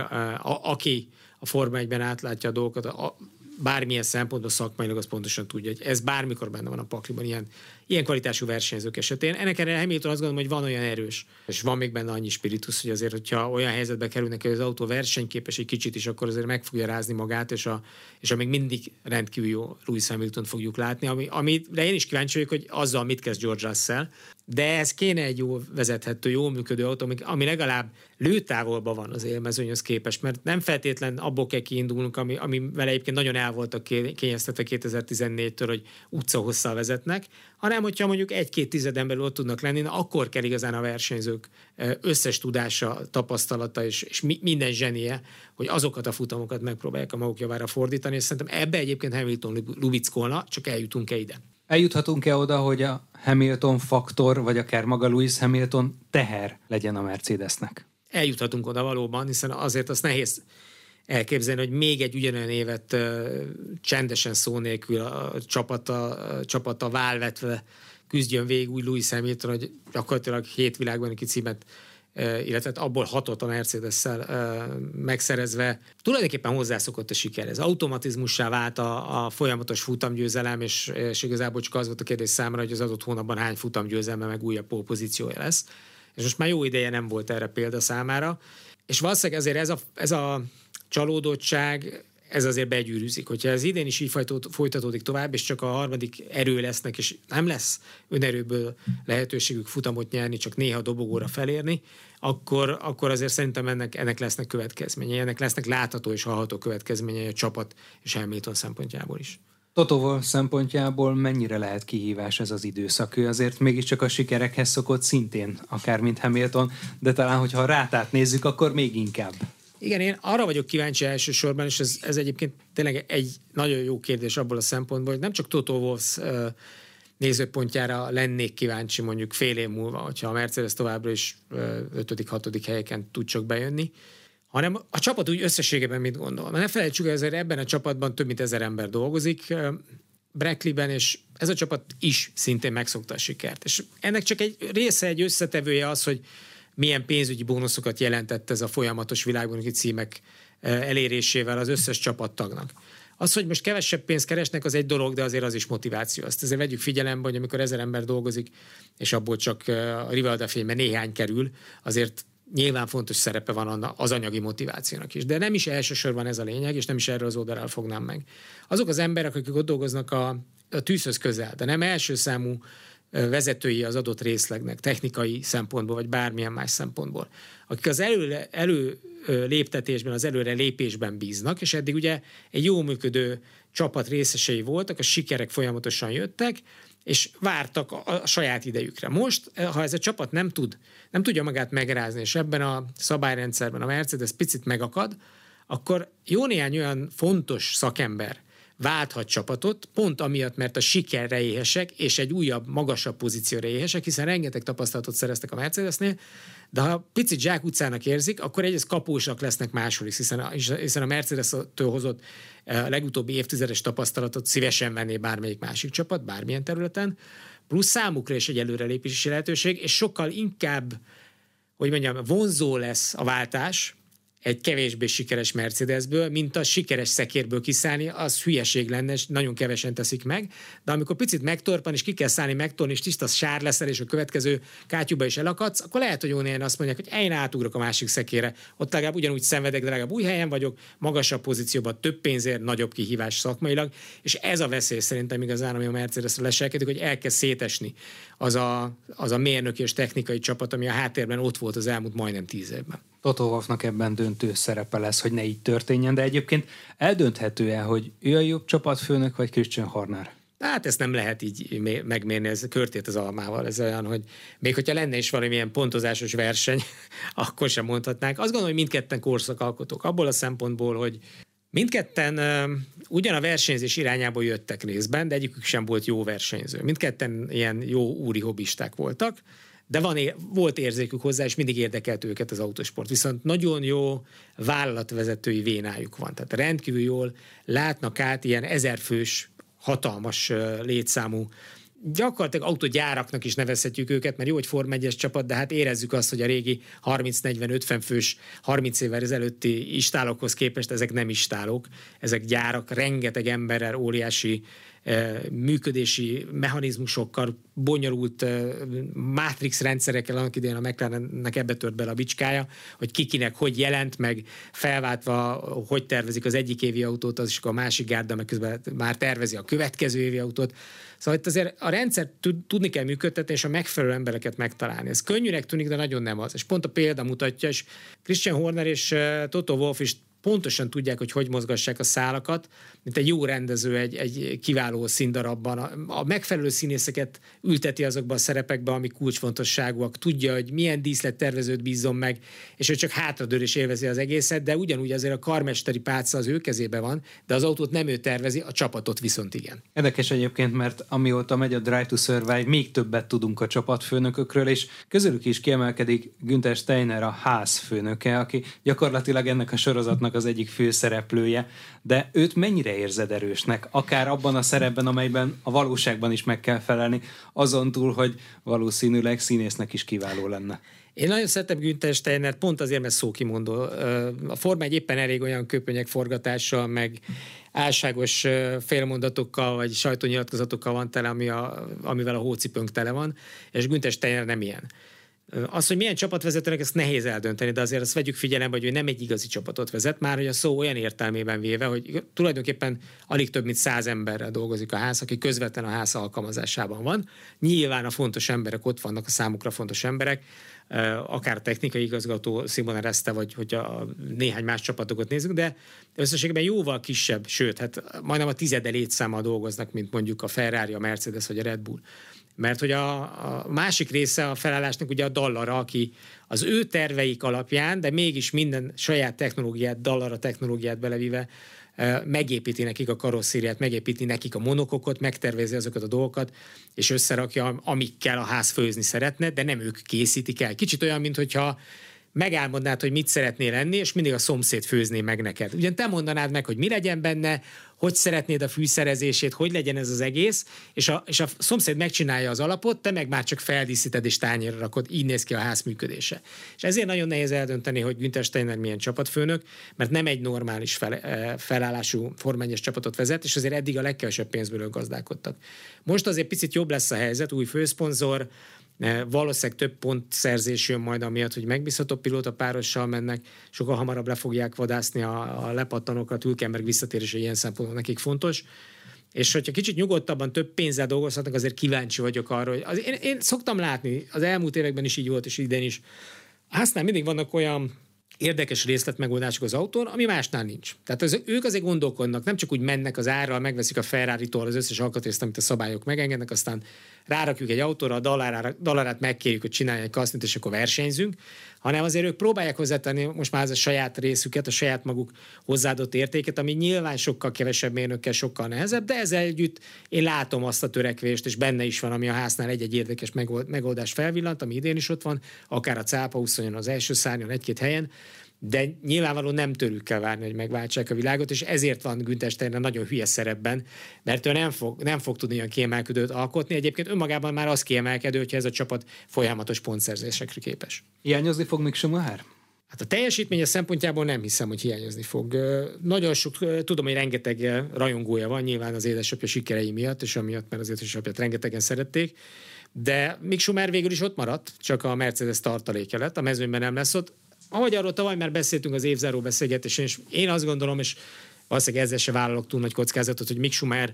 aki a Forma 1-ben átlátja a dolgokat, bármilyen szempontból szakmailag az pontosan tudja, hogy ez bármikor benne van a pakliban ilyen kvalitású versenyzők esetén. Ennek ellenére Hamilton azt gondolom, hogy van olyan erős, és van még benne annyi spiritus, hogy azért, hogyha olyan helyzetbe kerülnek, hogy az autó versenyképes egy kicsit is, akkor azért meg fogja rázni magát, és még mindig rendkívül jó Lewis Hamiltont fogjuk látni, amire én is kíváncsi vagyok, hogy azzal mit kezd George Russell, de ez kéne egy jó vezethető, jó működő autó, ami legalább lőtávolban van az élmezőnyhöz képest, mert nem feltétlen abból kell kiindulnunk, amivel egyébként nagyon el voltak kényeztetve 2014-től, hogy utcahosszal vezetnek, hanem hogyha mondjuk 1-2 tizeden belül ott tudnak lenni, akkor kell igazán a versenyzők összes tudása, tapasztalata és minden zsenie, hogy azokat a futamokat megpróbálják a maguk javára fordítani, és szerintem ebbe egyébként Hamilton lubickolna, csak eljutunk-e ide. Eljuthatunk-e oda, hogy a Hamilton faktor, vagy akár maga Lewis Hamilton teher legyen a Mercedesnek? Eljuthatunk oda valóban, hiszen azért azt nehéz elképzelni, hogy még egy ugyanolyan évet csendesen szó nélkül a csapata válvetve küzdjön végig úgy Lewis Hamilton, hogy gyakorlatilag 7 világbajnoki címet, illetve abból 6-ot a Mercedes-szel megszerezve tulajdonképpen hozzászokott a sikerhez. Automatizmussá vált a folyamatos futamgyőzelem, és igazából csak az volt a kérdés számára, hogy az adott hónapban hány futamgyőzelme meg újabb pole-pozíciója lesz. És most már jó ideje nem volt erre példa számára. És valószínűleg ezért ez a csalódottság, ez azért begyűrűzik. Hogyha ez idén is így folytatódik tovább, és csak a harmadik erő lesznek, és nem lesz önerőből lehetőségük futamot nyerni, csak néha dobogóra felérni, akkor azért szerintem ennek lesznek következményei, ennek lesznek látható és hallható következményei a csapat és Hamilton szempontjából is. Toto Wolff szempontjából mennyire lehet kihívás ez az időszak? Ő azért mégiscsak a sikerekhez szokott szintén, akár mint Hamilton, de talán, hogyha a rátát nézzük, akkor még inkább. Igen, én arra vagyok kíváncsi elsősorban, és ez egyébként tényleg egy nagyon jó kérdés abból a szempontból, hogy nem csak Toto Wolff nézőpontjára lennék kíváncsi mondjuk fél év múlva, hogyha a Mercedes továbbra is 5.-6. helyeken tud csak bejönni, hanem a csapat úgy összességében mit gondol. Mert ne felejtsük, hogy ebben a csapatban több mint 1000 ember dolgozik, Brackleyben, és ez a csapat is szintén megszokta a sikert. És ennek csak egy része, egy összetevője az, hogy milyen pénzügyi bónuszokat jelentett ez a folyamatos világbajnoki címek elérésével az összes csapattagnak. Az, hogy most kevesebb pénzt keresnek, az egy dolog, de azért az is motiváció. Azt azért vegyük figyelembe, hogy amikor 1000 ember dolgozik, és abból csak a Rivalda fényben néhány kerül, azért nyilván fontos szerepe van az anyagi motivációnak is. De nem is elsősorban ez a lényeg, és nem is erről az oldalról fognám meg. Azok az emberek, akik ott dolgoznak a tűzhöz közel, de nem első számú vezetői az adott részlegnek, technikai szempontból, vagy bármilyen más szempontból, akik az előléptetésben, az előre lépésben bíznak, és eddig ugye egy jó működő csapat részesei voltak, a sikerek folyamatosan jöttek, és vártak a saját idejükre. Most, ha ez a csapat nem tudja magát megrázni, és ebben a szabályrendszerben a Mercedes picit megakad, akkor jó néhány olyan fontos szakember válthat csapatot, pont amiatt, mert a sikerre éhesek, és egy újabb, magasabb pozícióra éhesek, hiszen rengeteg tapasztalatot szereztek a Mercedesnél, de ha picit zsákutcának érzik, akkor egyrészt kapósak lesznek máshol is, hiszen a Mercedes-től hozott legutóbbi évtizedes tapasztalatot szívesen venné bármelyik másik csapat, bármilyen területen, plusz számukra is egy előrelépési lehetőség, és sokkal inkább, hogy mondjam, vonzó lesz a váltás egy kevésbé sikeres Mercedesből, mint a sikeres szekérből kiszállni, az hülyeség lenne, és nagyon kevesen teszik meg, de amikor picit megtorpan, és ki kell szállni, megtorni, és tiszta sár leszel, és a következő kátyúba is elakadsz, akkor lehet, hogy jó néhány azt mondják, hogy én átugrok a másik szekére, ott legalább ugyanúgy szenvedek, de legalább új helyen vagyok, magasabb pozícióban, több pénzért, nagyobb kihívás szakmailag, és ez a veszély szerintem igazán, ami a Mercedesre leselkedik, hogy elkezd szétesni az a mérnöki és technikai csapat, ami a háttérben ott volt az elmúlt majdnem 10 évben. Toto Wolffnak ebben döntő szerepe lesz, hogy ne így történjen, de egyébként eldönthető-e, hogy ő a jobb csapatfőnök, vagy Christian Horner? Hát ezt nem lehet így megmérni, ez körtét az almával. Ez olyan, hogy még hogyha lenne is valamilyen pontozásos verseny, akkor sem mondhatnánk. Azt gondolom, hogy mindketten korszakalkotók. Abból a szempontból, hogy mindketten ugyan a versenyzés irányából jöttek részben, de egyikük sem volt jó versenyző. Mindketten ilyen jó úri hobbisták voltak, de volt érzékük hozzá, és mindig érdekelt őket az autósport. Viszont nagyon jó vállalatvezetői vénájuk van. Tehát rendkívül jól látnak át ilyen 1000 fős, hatalmas létszámú, gyakorlatilag autógyáraknak is nevezhetjük őket, mert jó, hogy Form 1-es csapat, de hát érezzük azt, hogy a régi 30-40-50 fős 30 évvel ezelőtti istálokhoz képest ezek nem istálok, ezek gyárak, rengeteg emberrel, óriási működési mechanizmusokkal, bonyolult mátrix rendszerekkel, annak idején a McLarennek ebbe tört bele a bicskája, hogy kikinek hogy jelent, meg felváltva, hogy tervezik az egyik évi autót, az is a másik gárda, meg közben már tervezi a következő évi autót. Szóval itt azért a rendszer tudni kell működtetni, és a megfelelő embereket megtalálni. Ez könnyűnek tűnik, de nagyon nem az. És pont a példa mutatja, és Christian Horner és Toto Wolff is pontosan tudják, hogy mozgassák a szálakat, mint egy jó rendező egy kiváló színdarabban. A megfelelő színészeket ülteti azokba a szerepekbe, amik kulcsfontosságúak, tudja, hogy milyen díszlettervezőt bízzon meg, és hogy csak hátradől is élvezi az egészet, de ugyanúgy azért a karmesteri pálca az ő kezében van, de az autót nem ő tervezi, a csapatot viszont igen. Érdekes egyébként, mert amióta megy a Drive to Survive, még többet tudunk a csapatfőnökökről, és közülük is kiemelkedik Günther Steiner, a házfőnöke, aki gyakorlatilag ennek a sorozatnak az egyik főszereplője, de őt mennyire érzed erősnek, akár abban a szerepben, amelyben a valóságban is meg kell felelni, azon túl, hogy valószínűleg színésznek is kiváló lenne. Én nagyon szeretem Günther Steinert, pont azért, mert szókimondó. A Forma 1 éppen elég olyan köpönyek forgatással, meg álságos félmondatokkal, vagy sajtónyilatkozatokkal van tele, amivel a hócipőnk tele van, és Günther Steiner nem ilyen. Az, hogy milyen csapatvezetőnek, ezt nehéz eldönteni, de azért azt vegyük figyelembe, hogy ő nem egy igazi csapatot vezet, már hogy a szó olyan értelmében véve, hogy tulajdonképpen alig több mint 100 emberrel dolgozik a ház, aki közvetlen a ház alkalmazásában van. Nyilván a fontos emberek ott vannak, a számukra fontos emberek, akár a technikai igazgató Simon Ereste, vagy hogy a néhány más csapatokat nézzük, de összességében jóval kisebb, sőt, hát majdnem a 10 létszámmal dolgoznak, mint mondjuk a Ferrari, a Mercedes vagy a Red Bull. Mert hogy a másik része a felállásnak ugye a Dallara, aki az ő terveik alapján, de mégis minden saját technológiát, Dallara technológiát belevíve megépíti nekik a karosszériát, megépíti nekik a monokokot, megtervezi azokat a dolgokat, és összerakja, amikkel a ház főzni szeretne, de nem ők készítik el. Kicsit olyan, mintha megálmodnád, hogy mit szeretnél lenni, és mindig a szomszéd főzné meg neked. Ugyan te mondanád meg, hogy mi legyen benne, hogy szeretnéd a fűszerezését, hogy legyen ez az egész, és a szomszéd megcsinálja az alapot, te meg már csak feldíszíted és tányérra rakod, így néz ki a ház működése. És ezért nagyon nehéz eldönteni, hogy Günther Steiner milyen csapatfőnök, mert nem egy normális felállású Forma 1-es csapatot vezet, és azért eddig a legkevesebb pénzből gazdálkodtak. Most azért picit jobb lesz a helyzet, új főszponzor, valószínűleg több pontszerzés jön majd amiatt, hogy megbízható pilóta párossal mennek, sokkal hamarabb le fogják vadászni a lepattanokat, Hülkenberg visszatérése ilyen szempontból nekik fontos. És hogyha kicsit nyugodtabban több pénzzel dolgozhatnak, azért kíváncsi vagyok arra, hogy én szoktam látni, az elmúlt években is így volt, és idén is. Hásznál mindig vannak olyan érdekes részletmegoldások az autón, ami másnál nincs. Tehát ők azért gondolkodnak, nem csak úgy mennek az árral, megveszik a Ferrari-tól az összes alkatrészt, amit a szabályok megengednek, aztán rárakjuk egy autóra, a Dallarát megkérjük, hogy csinálják egy kasznit, és akkor versenyzünk, hanem azért ők próbálják hozzátenni most már az a saját részüket, a saját maguk hozzáadott értéket, ami nyilván sokkal kevesebb mérnökkel, sokkal nehezebb, de ezzel együtt én látom azt a törekvést, és benne is van, ami a háznál egy érdekes megoldás felvillant, ami idén is ott van, akár a cápa úszonyon az első szárnyon egy-két helyen, de nyilvánvalóan nem tőlük kell várni, hogy megváltsák a világot, és ezért van Günther Steiner nagyon hülye szerepben, mert ő nem fog tudni olyan kiemelkedőt alkotni. Egyébként önmagában már az kiemelkedő, hogyha ez a csapat folyamatos pontszerzésekre képes. Hiányozni fog Mick Schumacher? Hát a teljesítménye szempontjából nem hiszem, hogy hiányozni fog. Nagyon sok, tudom, hogy rengeteg rajongója van, nyilván az édesapja sikerei miatt, és amiatt, mert az édesapját rengetegen szerették, de Mick Schumacher végül is ott maradt, csak a Mercedes tartaléke lett, a mezőnyben nem lesz ott. Ahogy arról tavaly már beszéltünk az évzáró beszélgetésen, és én azt gondolom, és valószínűleg ezzel se vállalok túl nagy kockázatot, hogy Mick Schumacher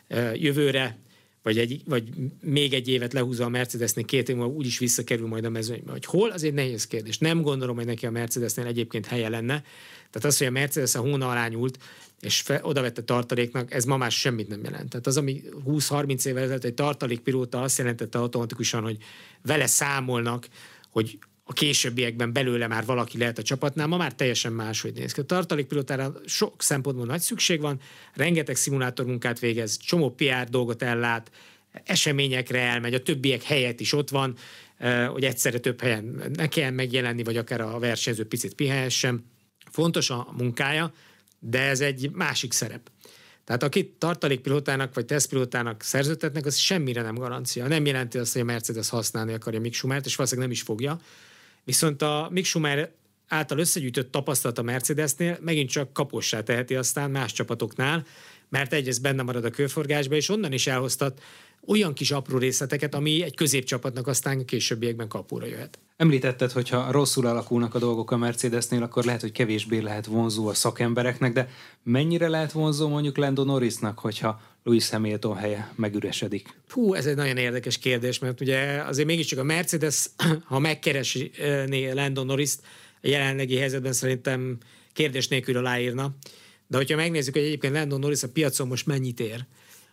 jövőre, vagy még egy évet lehúzva a Mercedesnél 2 év múlva úgyis visszakerül majd a mezőnybe. Hogy hol, az egy nehéz kérdés. Nem gondolom, hogy neki a Mercedesnél egyébként helye lenne. Tehát az, hogy a Mercedes a hóna alá nyúlt, és odavette tartaléknak, ez ma már semmit nem jelent. Tehát az, ami 20-30 évvel ezelőtt egy tartalékpilóta azt jelentette automatikusan, hogy vele számolnak, hogy a későbbiekben belőle már valaki lehet a csapatnál, ma már teljesen máshogy néz ki. A tartalékpilotára sok szempontból nagy szükség van, rengeteg szimulátormunkát végez, csomó PR dolgot ellát, eseményekre elmegy, a többiek helyett is ott van, hogy egyszerre több helyen ne kell megjelenni, vagy akár a versenyző picit pihenhessen. Fontos a munkája, de ez egy másik szerep. Tehát akit tartalékpilótának vagy tesztpilótának szerződtetnek, az semmire nem garancia. Nem jelenti azt, hogy a Mercedes használni akarja Mick Schumachert, és valószínűleg nem is fogja. Viszont a Mick Schumacher által összegyűjtött tapasztalat a Mercedesnél megint csak kapossá teheti aztán más csapatoknál, mert egyrészt benne marad a körforgásba, és onnan is elhoztat olyan kis apró részleteket, ami egy középcsapatnak aztán későbbiekben kapóra jöhet. Említetted, hogyha rosszul alakulnak a dolgok a Mercedesnél, akkor lehet, hogy kevésbé lehet vonzó a szakembereknek, de mennyire lehet vonzó mondjuk Lando Norrisnak, hogyha Lewis Hamilton helye megüresedik? Ez egy nagyon érdekes kérdés, mert ugye azért mégiscsak a Mercedes, ha megkeresné Lando Norrist, jelenlegi helyzetben szerintem kérdés nélkül aláírna. De hogyha megnézzük, hogy egyébként Lando Norris a piacon most mennyit ér,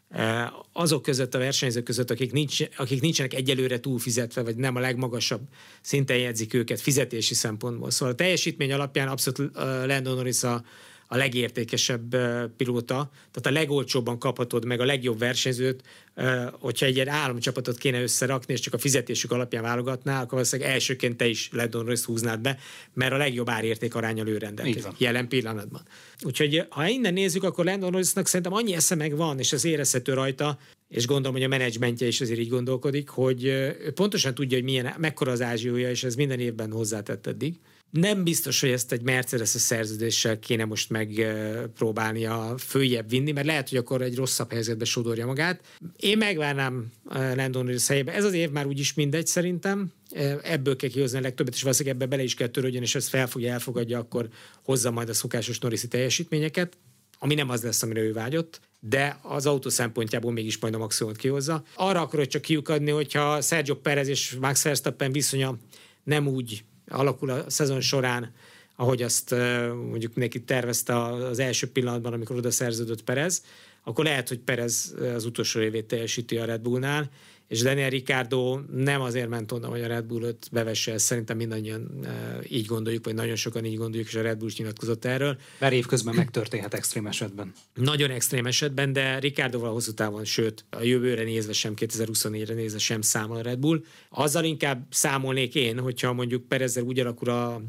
azok között, a versenyzők között, akik nincsenek egyelőre túlfizetve, vagy nem a legmagasabb szinten jegyzik őket fizetési szempontból. Szóval a teljesítmény alapján abszolút Lando Norris a legértékesebb pilóta, tehát a legolcsóbban kaphatod meg a legjobb versenyzőt, hogyha egy ilyen államcsapatot kéne összerakni, és csak a fizetésük alapján válogatnál, akkor valószínűleg elsőként te is Lando Norris húznád be, mert a legjobb árérték aránnyal ő rendelkezik jelen pillanatban. Úgyhogy ha innen nézzük, akkor Lando Norrisnak szerintem annyi esze meg van, és ez érezhető rajta, és gondolom, hogy a menedzsmentje is azért így gondolkodik, hogy pontosan tudja, hogy mekkora az ázsiója, és ez minden évben hozzátett eddig. Nem biztos, hogy ezt egy Mercedes-es szerződéssel kéne most megpróbálnia följebb vinni, mert lehet, hogy akkor egy rosszabb helyzetbe sodorja magát. Én megvárnám Lando Norris helyébe. Ez az év már úgyis mindegy szerintem. Ebből kell kihozni a legtöbbet, és valószínűleg ebbe bele is kell törődjön, és ezt elfogadja, akkor hozza majd a szokásos Norrisi teljesítményeket, ami nem az lesz, amire ő vágyott, de az autó szempontjából mégis majd a maximumot kihozza. Arra akarok csak kiukadni, hogyha Sergio Perez és Max Verstappen viszonya nem úgy alakul a szezon során, ahogy azt mondjuk mindenki tervezte az első pillanatban, amikor oda szerződött Perez, akkor lehet, hogy Perez az utolsó évét teljesíti a Red Bullnál, és Daniel Ricciardo nem azért ment onnan, hogy a Red Bull-öt bevesse, ezt szerintem mindannyian így gondoljuk, vagy nagyon sokan így gondoljuk, és a Red Bull is nyilatkozott erről. Bár évközben megtörténhet extrém esetben. Nagyon extrém esetben, de Ricciardoval hosszú távon, sőt, a jövőre nézve sem, 2024-re nézve sem számol a Red Bull. Azzal inkább számolnék én, hogyha mondjuk Perezzel úgy alakul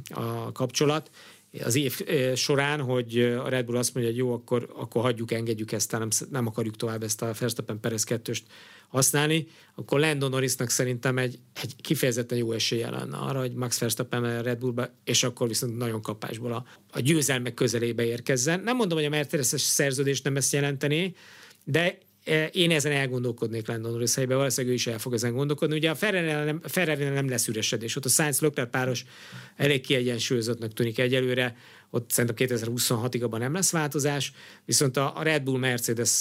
a kapcsolat, az év során, hogy a Red Bull azt mondja, hogy jó, akkor hagyjuk, engedjük ezt, nem akarjuk tovább ezt a Verstappen-Perez kettőst használni, akkor Lando Norrisnak szerintem egy kifejezetten jó esélye lenne arra, hogy Max Verstappen a Red Bullba, és akkor viszont nagyon kapásból a győzelmek közelébe érkezzen. Nem mondom, hogy a Mercedes-es szerződés nem ezt jelenteni, de én ezen elgondolkodnék Lando Norris helyben, valószínűleg ő is el fog ezen gondolkodni. Ugye a Ferrari nem lesz üresedés. Ott a Sainz-Leclerc páros elég kiegyensúlyozottnak tűnik egyelőre, ott szerintem 2026-ig abban nem lesz változás, viszont a Red Bull Mercedes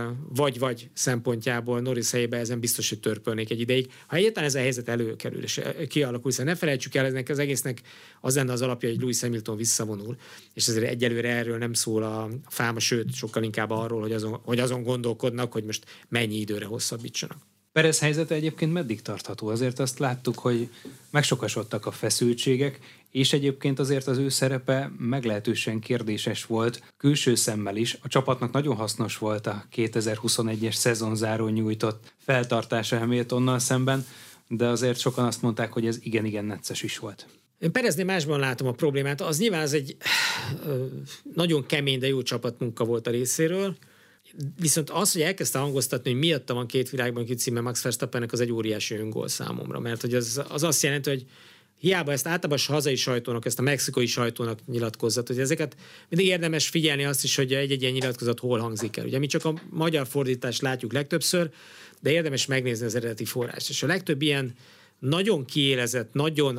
vagy szempontjából Norris helyében ezen biztos, hogy törpölnék egy ideig. Ha egyáltalán ez a helyzet előkerül és kialakul, hiszen ne felejtsük el, ennek az egésznek az lenne az alapja, hogy Lewis Hamilton visszavonul, és ezért egyelőre erről nem szól a fáma, sőt, sokkal inkább arról, hogy azon gondolkodnak, hogy most mennyi időre hosszabbítsanak. Perez helyzete egyébként meddig tartható? Azért azt láttuk, hogy megsokasodtak a feszültségek, és egyébként azért az ő szerepe meglehetősen kérdéses volt külső szemmel is. A csapatnak nagyon hasznos volt a 2021-es szezonzárón nyújtott feltartása Hamiltonnal szemben, de azért sokan azt mondták, hogy ez igen necces is volt. Én Pereznél másban látom a problémát. Az nyilván az egy nagyon kemény, de jó csapatmunka volt a részéről, viszont az, hogy elkezdte hangoztatni, hogy miatta van két világbajnoki címe Max Verstappennek, az egy óriási öngól számomra, mert hogy az azt jelenti, hogy hiába ezt általában a hazai sajtónak, ezt a mexikai sajtónak nyilatkozzat, hogy ezeket mindig érdemes figyelni azt is, hogy egy ilyen nyilatkozat hol hangzik el. Ugye mi csak a magyar fordítást látjuk legtöbbször, de érdemes megnézni az eredeti forrást. És a legtöbb ilyen nagyon kiélezett, nagyon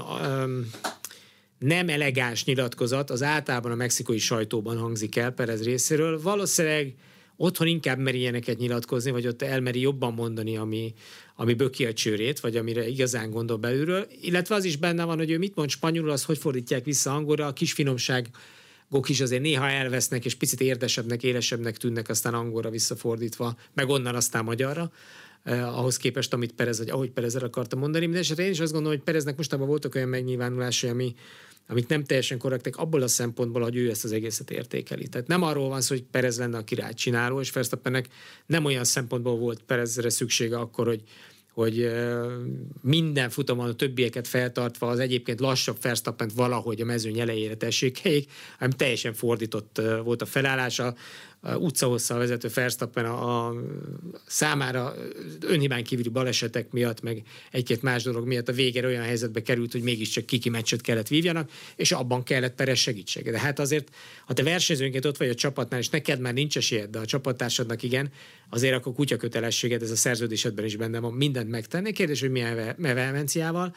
nem elegáns nyilatkozat az általában a mexikai sajtóban hangzik el Perez részéről. Valószínűleg otthon inkább meri ilyeneket nyilatkozni, vagy ott elmeri jobban mondani, ami böki a csőrét, vagy amire igazán gondol belülről. Illetve az is benne van, hogy ő mit mond spanyolul, az hogy fordítják vissza angolra, a kis finomságok is azért néha elvesznek, és picit érdesebbnek, élesebbnek tűnnek, aztán angolra visszafordítva, meg onnan aztán magyarra, ahhoz képest, ahogy Perez el akarta mondani. Mindenesetre én is azt gondolom, hogy Pereznek mostában voltak olyan megnyilvánulásai, amik nem teljesen korrektek abból a szempontból, hogy ő ezt az egészet értékeli. Tehát nem arról van szó, hogy Perez lenne a királycsináló, és Verstappennek nem olyan szempontból volt Perezre szüksége akkor, hogy minden futamon a többieket feltartva az egyébként lassabb Verstappent valahogy a mezőny elejére tessékeljék, hanem teljesen fordított volt a felállása. Utcahosszal vezető Verstappen a számára önhibán kívüli balesetek miatt, meg egy-két más dolog miatt a végére olyan helyzetbe került, hogy mégiscsak kiki meccset kellett vívjanak, és abban kellett Perez segítsége. De hát azért, ha te versenyzőnként ott vagy a csapatnál, és neked már nincs esélyed, de a csapattársadnak igen, azért akkor kutyakötelességed, ez a szerződésedben is benne van, mindent megtenni. Kérdés, hogy milyen vehemenciával.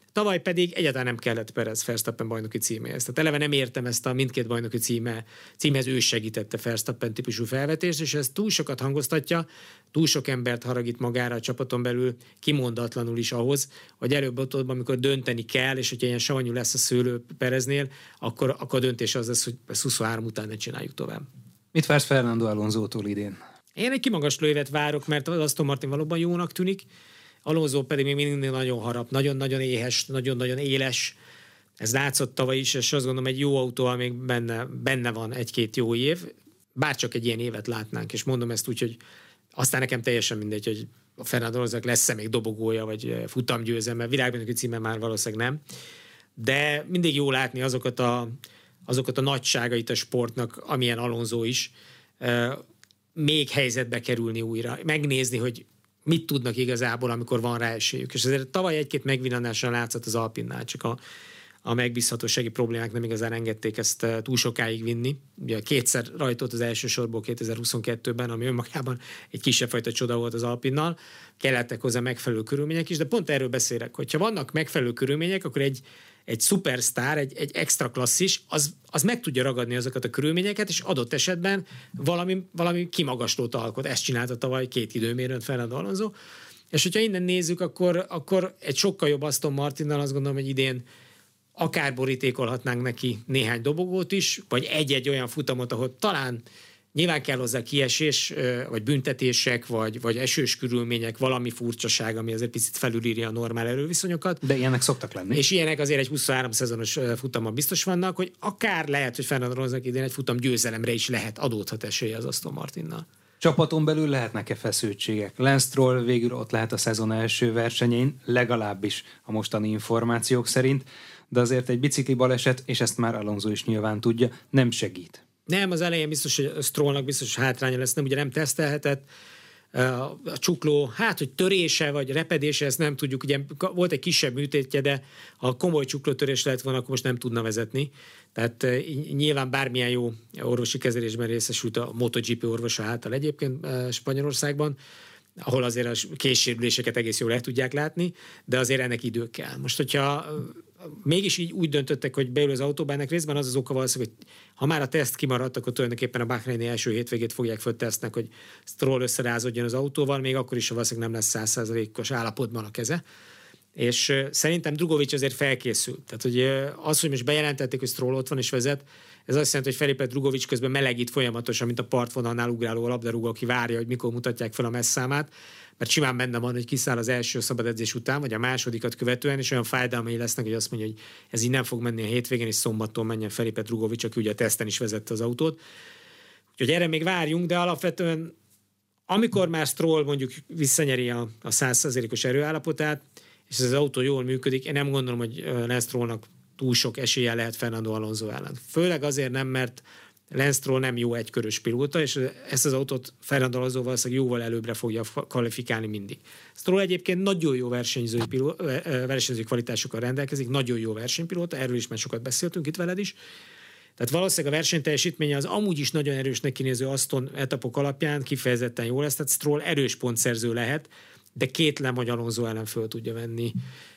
Tavaly pedig egyáltalán nem kellett Perez Verstappen bajnoki címéhez. Tehát eleve nem értem ezt a mindkét bajnoki címhez ő segítette Verstappen típusú felvetést, és ez túl sokat hangoztatja, túl sok embert haragít magára a csapaton belül, kimondatlanul is ahhoz, hogy előbb-utóbb, amikor dönteni kell, és hogyha ilyen savanyú lesz a szőlő Pereznél, akkor a döntés az lesz, hogy 23 után ne csináljuk tovább. Mit vársz Fernando Alonsótól idén? Én egy kimagasló évet várok, mert az Aston Martin valóban jónak tűnik, Alonso pedig még mindig nagyon harap, nagyon-nagyon éhes, nagyon-nagyon éles. Ez látszott tavaly is, és azt gondolom, egy jó autóval még benne van egy-két jó év, bárcsak egy ilyen évet látnánk, és mondom ezt úgy, hogy aztán nekem teljesen mindegy, hogy a Fernando Alonsonak lesz-e még dobogója, vagy futamgyőzelme, világbajnoki címe már valószínűleg nem. De mindig jó látni azokat a nagyságait a sportnak, amilyen Alonso is, még helyzetbe kerülni újra, megnézni, hogy mit tudnak igazából, amikor van rá esélyük. És azért tavaly egy-két megvillanásra látszott az Alpinnál, csak a megbízhatósági problémák nem igazán engedték ezt túl sokáig vinni. Ugye kétszer rajtolt az első sorból 2022-ben, ami önmagában egy kisebb fajta csoda volt az Alpinnal. Kellettek hozzá megfelelő körülmények is, de pont erről beszélek, hogyha vannak megfelelő körülmények, akkor egy szupersztár, egy extra klasszis, az meg tudja ragadni azokat a körülményeket, és adott esetben valami kimagaslót alkot. Ezt csinálta tavaly 2 időmérőn Fernando Alonso. És hogyha innen nézzük, akkor egy sokkal jobb Aston Martinnal azt gondolom, hogy idén akár borítékolhatnánk neki néhány dobogót is, vagy egy-egy olyan futamot, ahol talán nyilván kell hozzá kiesés, vagy büntetések, vagy esős körülmények, valami furcsaság, ami azért picit felülírja a normál erőviszonyokat. De ilyenek szoktak lenni. És ilyenek azért egy 23 szezonos futamban biztos vannak, hogy akár lehet, hogy Fernando Alonsonak idén egy futam győzelemre is adódhat esélye az Aston Martinnal. Csapaton belül lehetnek-e feszültségek? Lance Stroll végül ott lehet a szezon első versenyén, legalábbis a mostani információk szerint, de azért egy bicikli baleset, és ezt már Alonso is nyilván tudja, nem segít. Nem, az elején biztos, hogy Strollnak biztos hátránya lesz, ugye nem tesztelhetett. A csukló, hogy törése vagy repedése, ezt nem tudjuk. Ugye volt egy kisebb műtétje, de ha komoly csuklótörés lett volna, akkor most nem tudna vezetni. Tehát nyilván bármilyen jó orvosi kezelésben részesült a MotoGP orvosa által egyébként Spanyolországban, ahol azért a késsérüléseket egész jól el tudják látni, de azért ennek idő kell. Most, hogyha mégis így úgy döntöttek, hogy beül az autóba, ennek részben az oka valószínűleg, hogy ha már a teszt kimaradt, akkor tulajdonképpen a Bahreini első hétvégét fogják föl tesztnek, hogy Stroll összerázódjon az autóval, még akkor is valószínűleg nem lesz 100%-os állapotban a keze. És szerintem Drugovic azért felkészült. Tehát, hogy az, hogy most bejelentették, hogy Stroll ott van és vezet, ez azt jelenti, hogy felépett Drugovic közben melegít folyamatosan, mint a partvonalnál ugráló labdarúgó, aki várja, hogy mikor mutatják fel a messzámát, mert simán benne van, hogy kiszáll az első szabad edzés után, vagy a másodikat követően, és olyan fájdalmai lesznek, hogy azt mondja, hogy ez így nem fog menni a hétvégén, és szombaton menjen Felipe Drugovic, aki ugye a teszten is vezette az autót. Úgyhogy erre még várjunk, de alapvetően amikor már Stroll mondjuk visszanyeri a 100%-os erőállapotát, és ez az autó jól működik, én nem gondolom, hogy Lance Strollnak túl sok esélye lehet Fernando Alonso ellen. Főleg azért nem, mert Lance Stroll nem jó egykörös pilóta, és ezt az autót Fernando Alonso valószínűleg jóval előbbre fogja kvalifikálni mindig. Stroll egyébként nagyon jó versenyzői kvalitásokkal rendelkezik, nagyon jó versenypilóta, erről is már sokat beszéltünk itt veled is. Tehát valószínűleg a versenyteljesítménye az amúgy is nagyon erősnek kinéző Aston etapok alapján kifejezetten jó lesz, tehát Stroll erős pontszerző lehet, de kétlem, hogy Alonso ellen föl tudja venni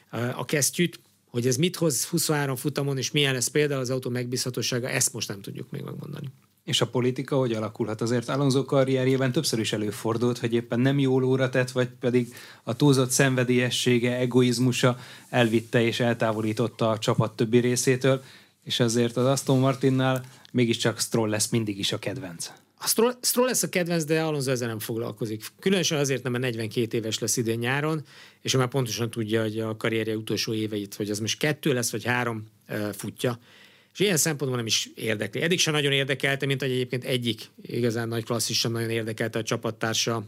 a kesztyűt. Hogy ez mit hoz 23 futamon, és milyen lesz például az autó megbízhatósága, ezt most nem tudjuk még megmondani. És a politika hogy alakulhat? Azért Alonso karrierjében többször is előfordult, hogy éppen nem jól óra tett, vagy pedig a túlzott szenvedélyessége, egoizmusa elvitte és eltávolította a csapat többi részétől, és azért az Aston Martinnál mégiscsak Stroll lesz mindig is a kedvenc. A Stroll lesz a kedvenc, de Alonso ezzel nem foglalkozik. Különösen azért nem, mert 42 éves lesz idén nyáron, és ő már pontosan tudja, hogy a karrierje utolsó éveit, hogy az most 2 lesz, vagy 3 futja. És ilyen szempontból nem is érdekli. Eddig sem nagyon érdekelte, mint hogy egyébként egyik igazán nagy klasszis sem nagyon érdekelte a csapattársa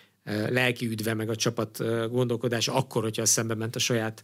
lelki üdve, meg a csapat gondolkodása akkor, hogyha szembe ment a saját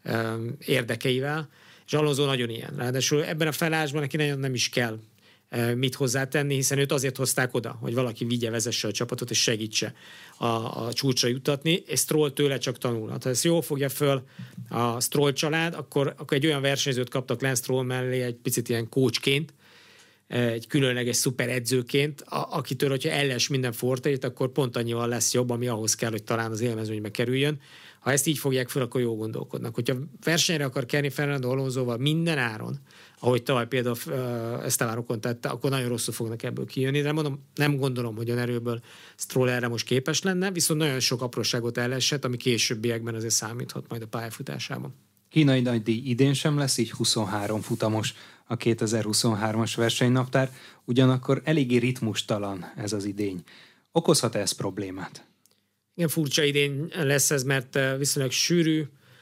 érdekeivel. És Alonso nagyon ilyen. Ráadásul ebben a felállásban neki nagyon nem is kell mit hozzátenni, hiszen őt azért hozták oda, hogy valaki vigye, vezesse a csapatot és segítse a csúcsra juttatni, és Stroll tőle csak tanul. Ha ezt jól fogja föl a Stroll család, akkor egy olyan versenyzőt kaptak Lance Stroll mellé egy picit ilyen coachként, egy különleges szuper edzőként, akitől, hogyha elles minden forteit, akkor pont annyival lesz jobb, ami ahhoz kell, hogy talán az élmezőnybe kerüljön. ha ezt így fogják fel, akkor jól gondolkodnak. Hogyha versenyre akar kelni Fernando Alonsóval minden áron, ahogy tavaly például Esteban tette, akkor nagyon rosszul fognak ebből kijönni. De mondom, nem gondolom, hogy olyan erőből Stroll erre most képes lenne, viszont nagyon sok apróságot elesett, ami későbbiekben azért számíthat majd a pályafutásában. Kínai nagydíj idén sem lesz, így 23 futamos a 2023-as versenynaptár, ugyanakkor eléggé ritmustalan ez az idény. Okozhat ez problémát? Igen, furcsa idén lesz ez, mert viszonylag sűrű,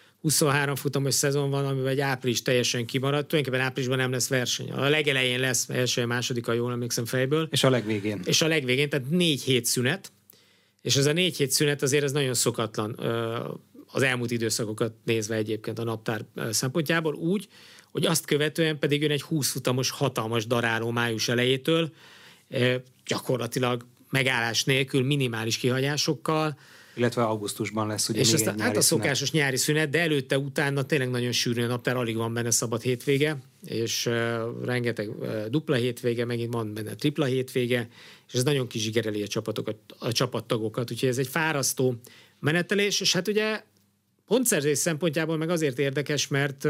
23 futamos szezon van, amiben egy április teljesen kimaradt, tulajdonképpen áprilisban nem lesz verseny. A legelején lesz, első, másodika, jól emlékszem fejből. És a legvégén. És a legvégén, tehát 4 hét szünet, és ez a 4 hét szünet azért ez nagyon szokatlan az elmúlt időszakokat nézve egyébként a naptár szempontjából úgy, hogy azt követően pedig jön egy 20 futamos hatalmas daráló május elejétől, gyakorlatilag megállás nélkül, minimális kihagyásokkal. Illetve augusztusban lesz ugye és még egy nyári a szokásos nyári szünet, de előtte, utána tényleg nagyon sűrű a naptár, alig van benne szabad hétvége, és rengeteg dupla hétvége, megint van benne tripla hétvége, és ez nagyon kizsigereli a csapattagokat, úgyhogy ez egy fárasztó menetelés, és hát ugye pontszerzés szempontjából meg azért érdekes, mert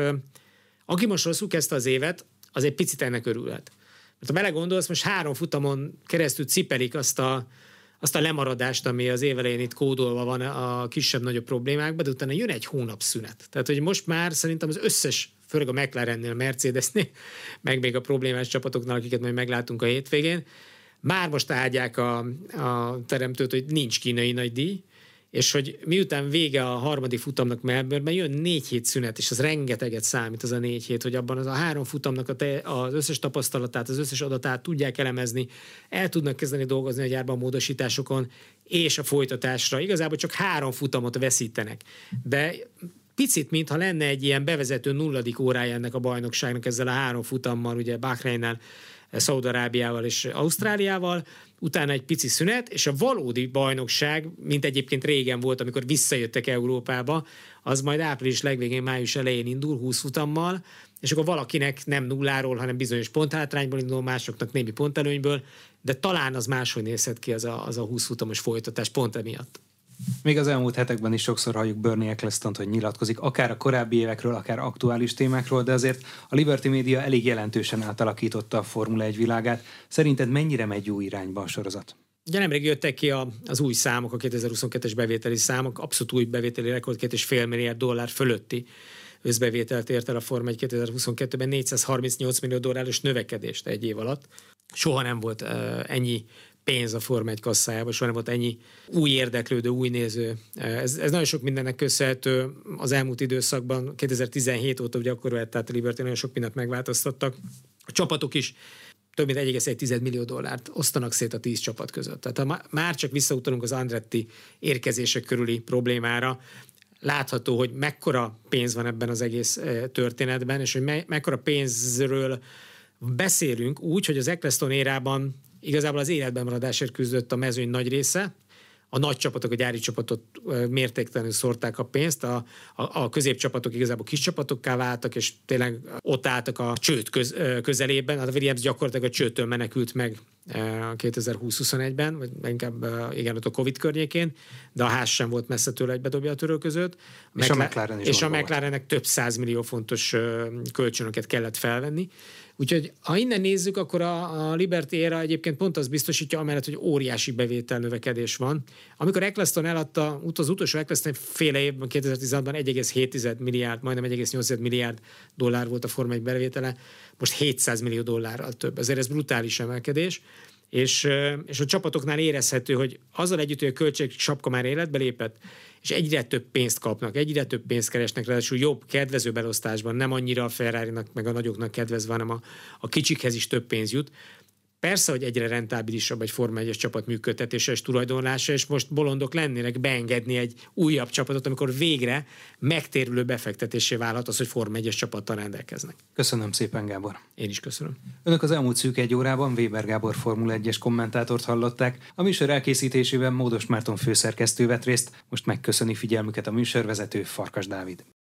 aki most rosszul kezdte az évet, az egy picit ennek örülhet. Mert ha belegondolsz, most 3 futamon keresztül cipelik azt a lemaradást, ami az évelején itt kódolva van a kisebb-nagyobb problémákban, de utána jön egy hónap szünet. Tehát, hogy most már szerintem az összes, főleg a McLarennél, a Mercedesnél, meg még a problémás csapatoknál, akiket majd meglátunk a hétvégén, már most áldják a teremtőt, hogy nincs kínai nagydíj, és hogy miután vége a harmadik futamnak Melbourneben, jön 4 hét szünet, és az rengeteget számít az a 4 hét, hogy abban az a 3 futamnak az összes tapasztalatát, az összes adatát tudják elemezni, el tudnak kezdeni dolgozni a gyárban módosításokon, és a folytatásra. Igazából csak 3 futamot veszítenek. De picit, mintha lenne egy ilyen bevezető 0. órája ennek a bajnokságnak ezzel a 3 futammal, ugye Bahreinnel, Szaúd-Arábiával és Ausztráliával, utána egy pici szünet, és a valódi bajnokság, mint egyébként régen volt, amikor visszajöttek Európába, az majd április legvégén, május elején indul 20 futammal, és akkor valakinek nem nulláról, hanem bizonyos ponthátrányból indul, másoknak némi pontelőnyből, de talán az máshogy nézhet ki az a 20 futamos folytatás pont emiatt. Még az elmúlt hetekben is sokszor halljuk Bernie Ecclestont, hogy nyilatkozik akár a korábbi évekről, akár aktuális témákról, de azért a Liberty Media elég jelentősen átalakította a Formula 1 világát. Szerinted mennyire megy jó irányba a sorozat? Ugye nemrég jöttek ki az új számok, a 2022-es bevételi számok, abszolút új bevételi rekord, $2,5 milliárd fölötti összbevételt ért el a Forma 1 2022-ben, $438 millió növekedést egy év alatt. Soha nem volt ennyi pénz a Forma 1 kasszájában, soha nem volt ennyi új érdeklődő, új néző. Ez nagyon sok mindennek köszönhető az elmúlt időszakban, 2017 óta, ugye akkor vett át a Liberty, nagyon sok mindent megváltoztattak. A csapatok is több mint $1,1 millió osztanak szét a 10 csapat között. Tehát ha már csak visszautalunk az Andretti érkezések körüli problémára, látható, hogy mekkora pénz van ebben az egész történetben, és hogy mekkora pénzről beszélünk úgy, hogy az Eccleston érában igazából az életben maradásért küzdött a mezőny nagy része, a nagy csapatok, a gyári csapatot mértéktelenül szórták a pénzt, a középcsapatok igazából kis csapatokká váltak, és tényleg ott álltak a csőd közelében. A Williams gyakorlatilag a csőtől menekült meg 2020-21-ben, vagy inkább igen, ott a Covid környékén, de a ház sem volt messze tőle, egy bedobja a törő között. És a McLarennek több 100 millió fontos kölcsönöket kellett felvenni. Úgyhogy ha innen nézzük, akkor a Liberty éra egyébként pont az biztosítja, amellett, hogy óriási bevételnövekedés van. Amikor Eccleston eladta, az utolsó Eccleston féle évben, 2016-ban 1,7 milliárd, majdnem 1,8 milliárd dollár volt a Forma 1 bevétele, most $700 millió több. Ezért ez brutális emelkedés. És a csapatoknál érezhető, hogy azzal együtt, hogy a költségsapka már életbe lépett, és egyre több pénzt kapnak, egyre több pénzt keresnek, ráadásul jobb, kedvező belosztásban, nem annyira a Ferrarinak, meg a nagyoknak kedvezve, hanem a kicsikhez is több pénz jut. Persze, hogy egyre rentábilisabb egy Forma 1-es csapat működtetése és tulajdonlása, és most bolondok lennének beengedni egy újabb csapatot, amikor végre megtérülő befektetésé válhat az, hogy Forma 1-es csapattal rendelkeznek. Köszönöm szépen, Gábor. Én is köszönöm. Önök az elmúlt szűk 1 órában Weber Gábor Formula 1-es kommentátort hallották. A műsor elkészítésében Módos Márton főszerkesztő vett részt, most megköszöni figyelmüket a műsorvezető, Farkas Dávid.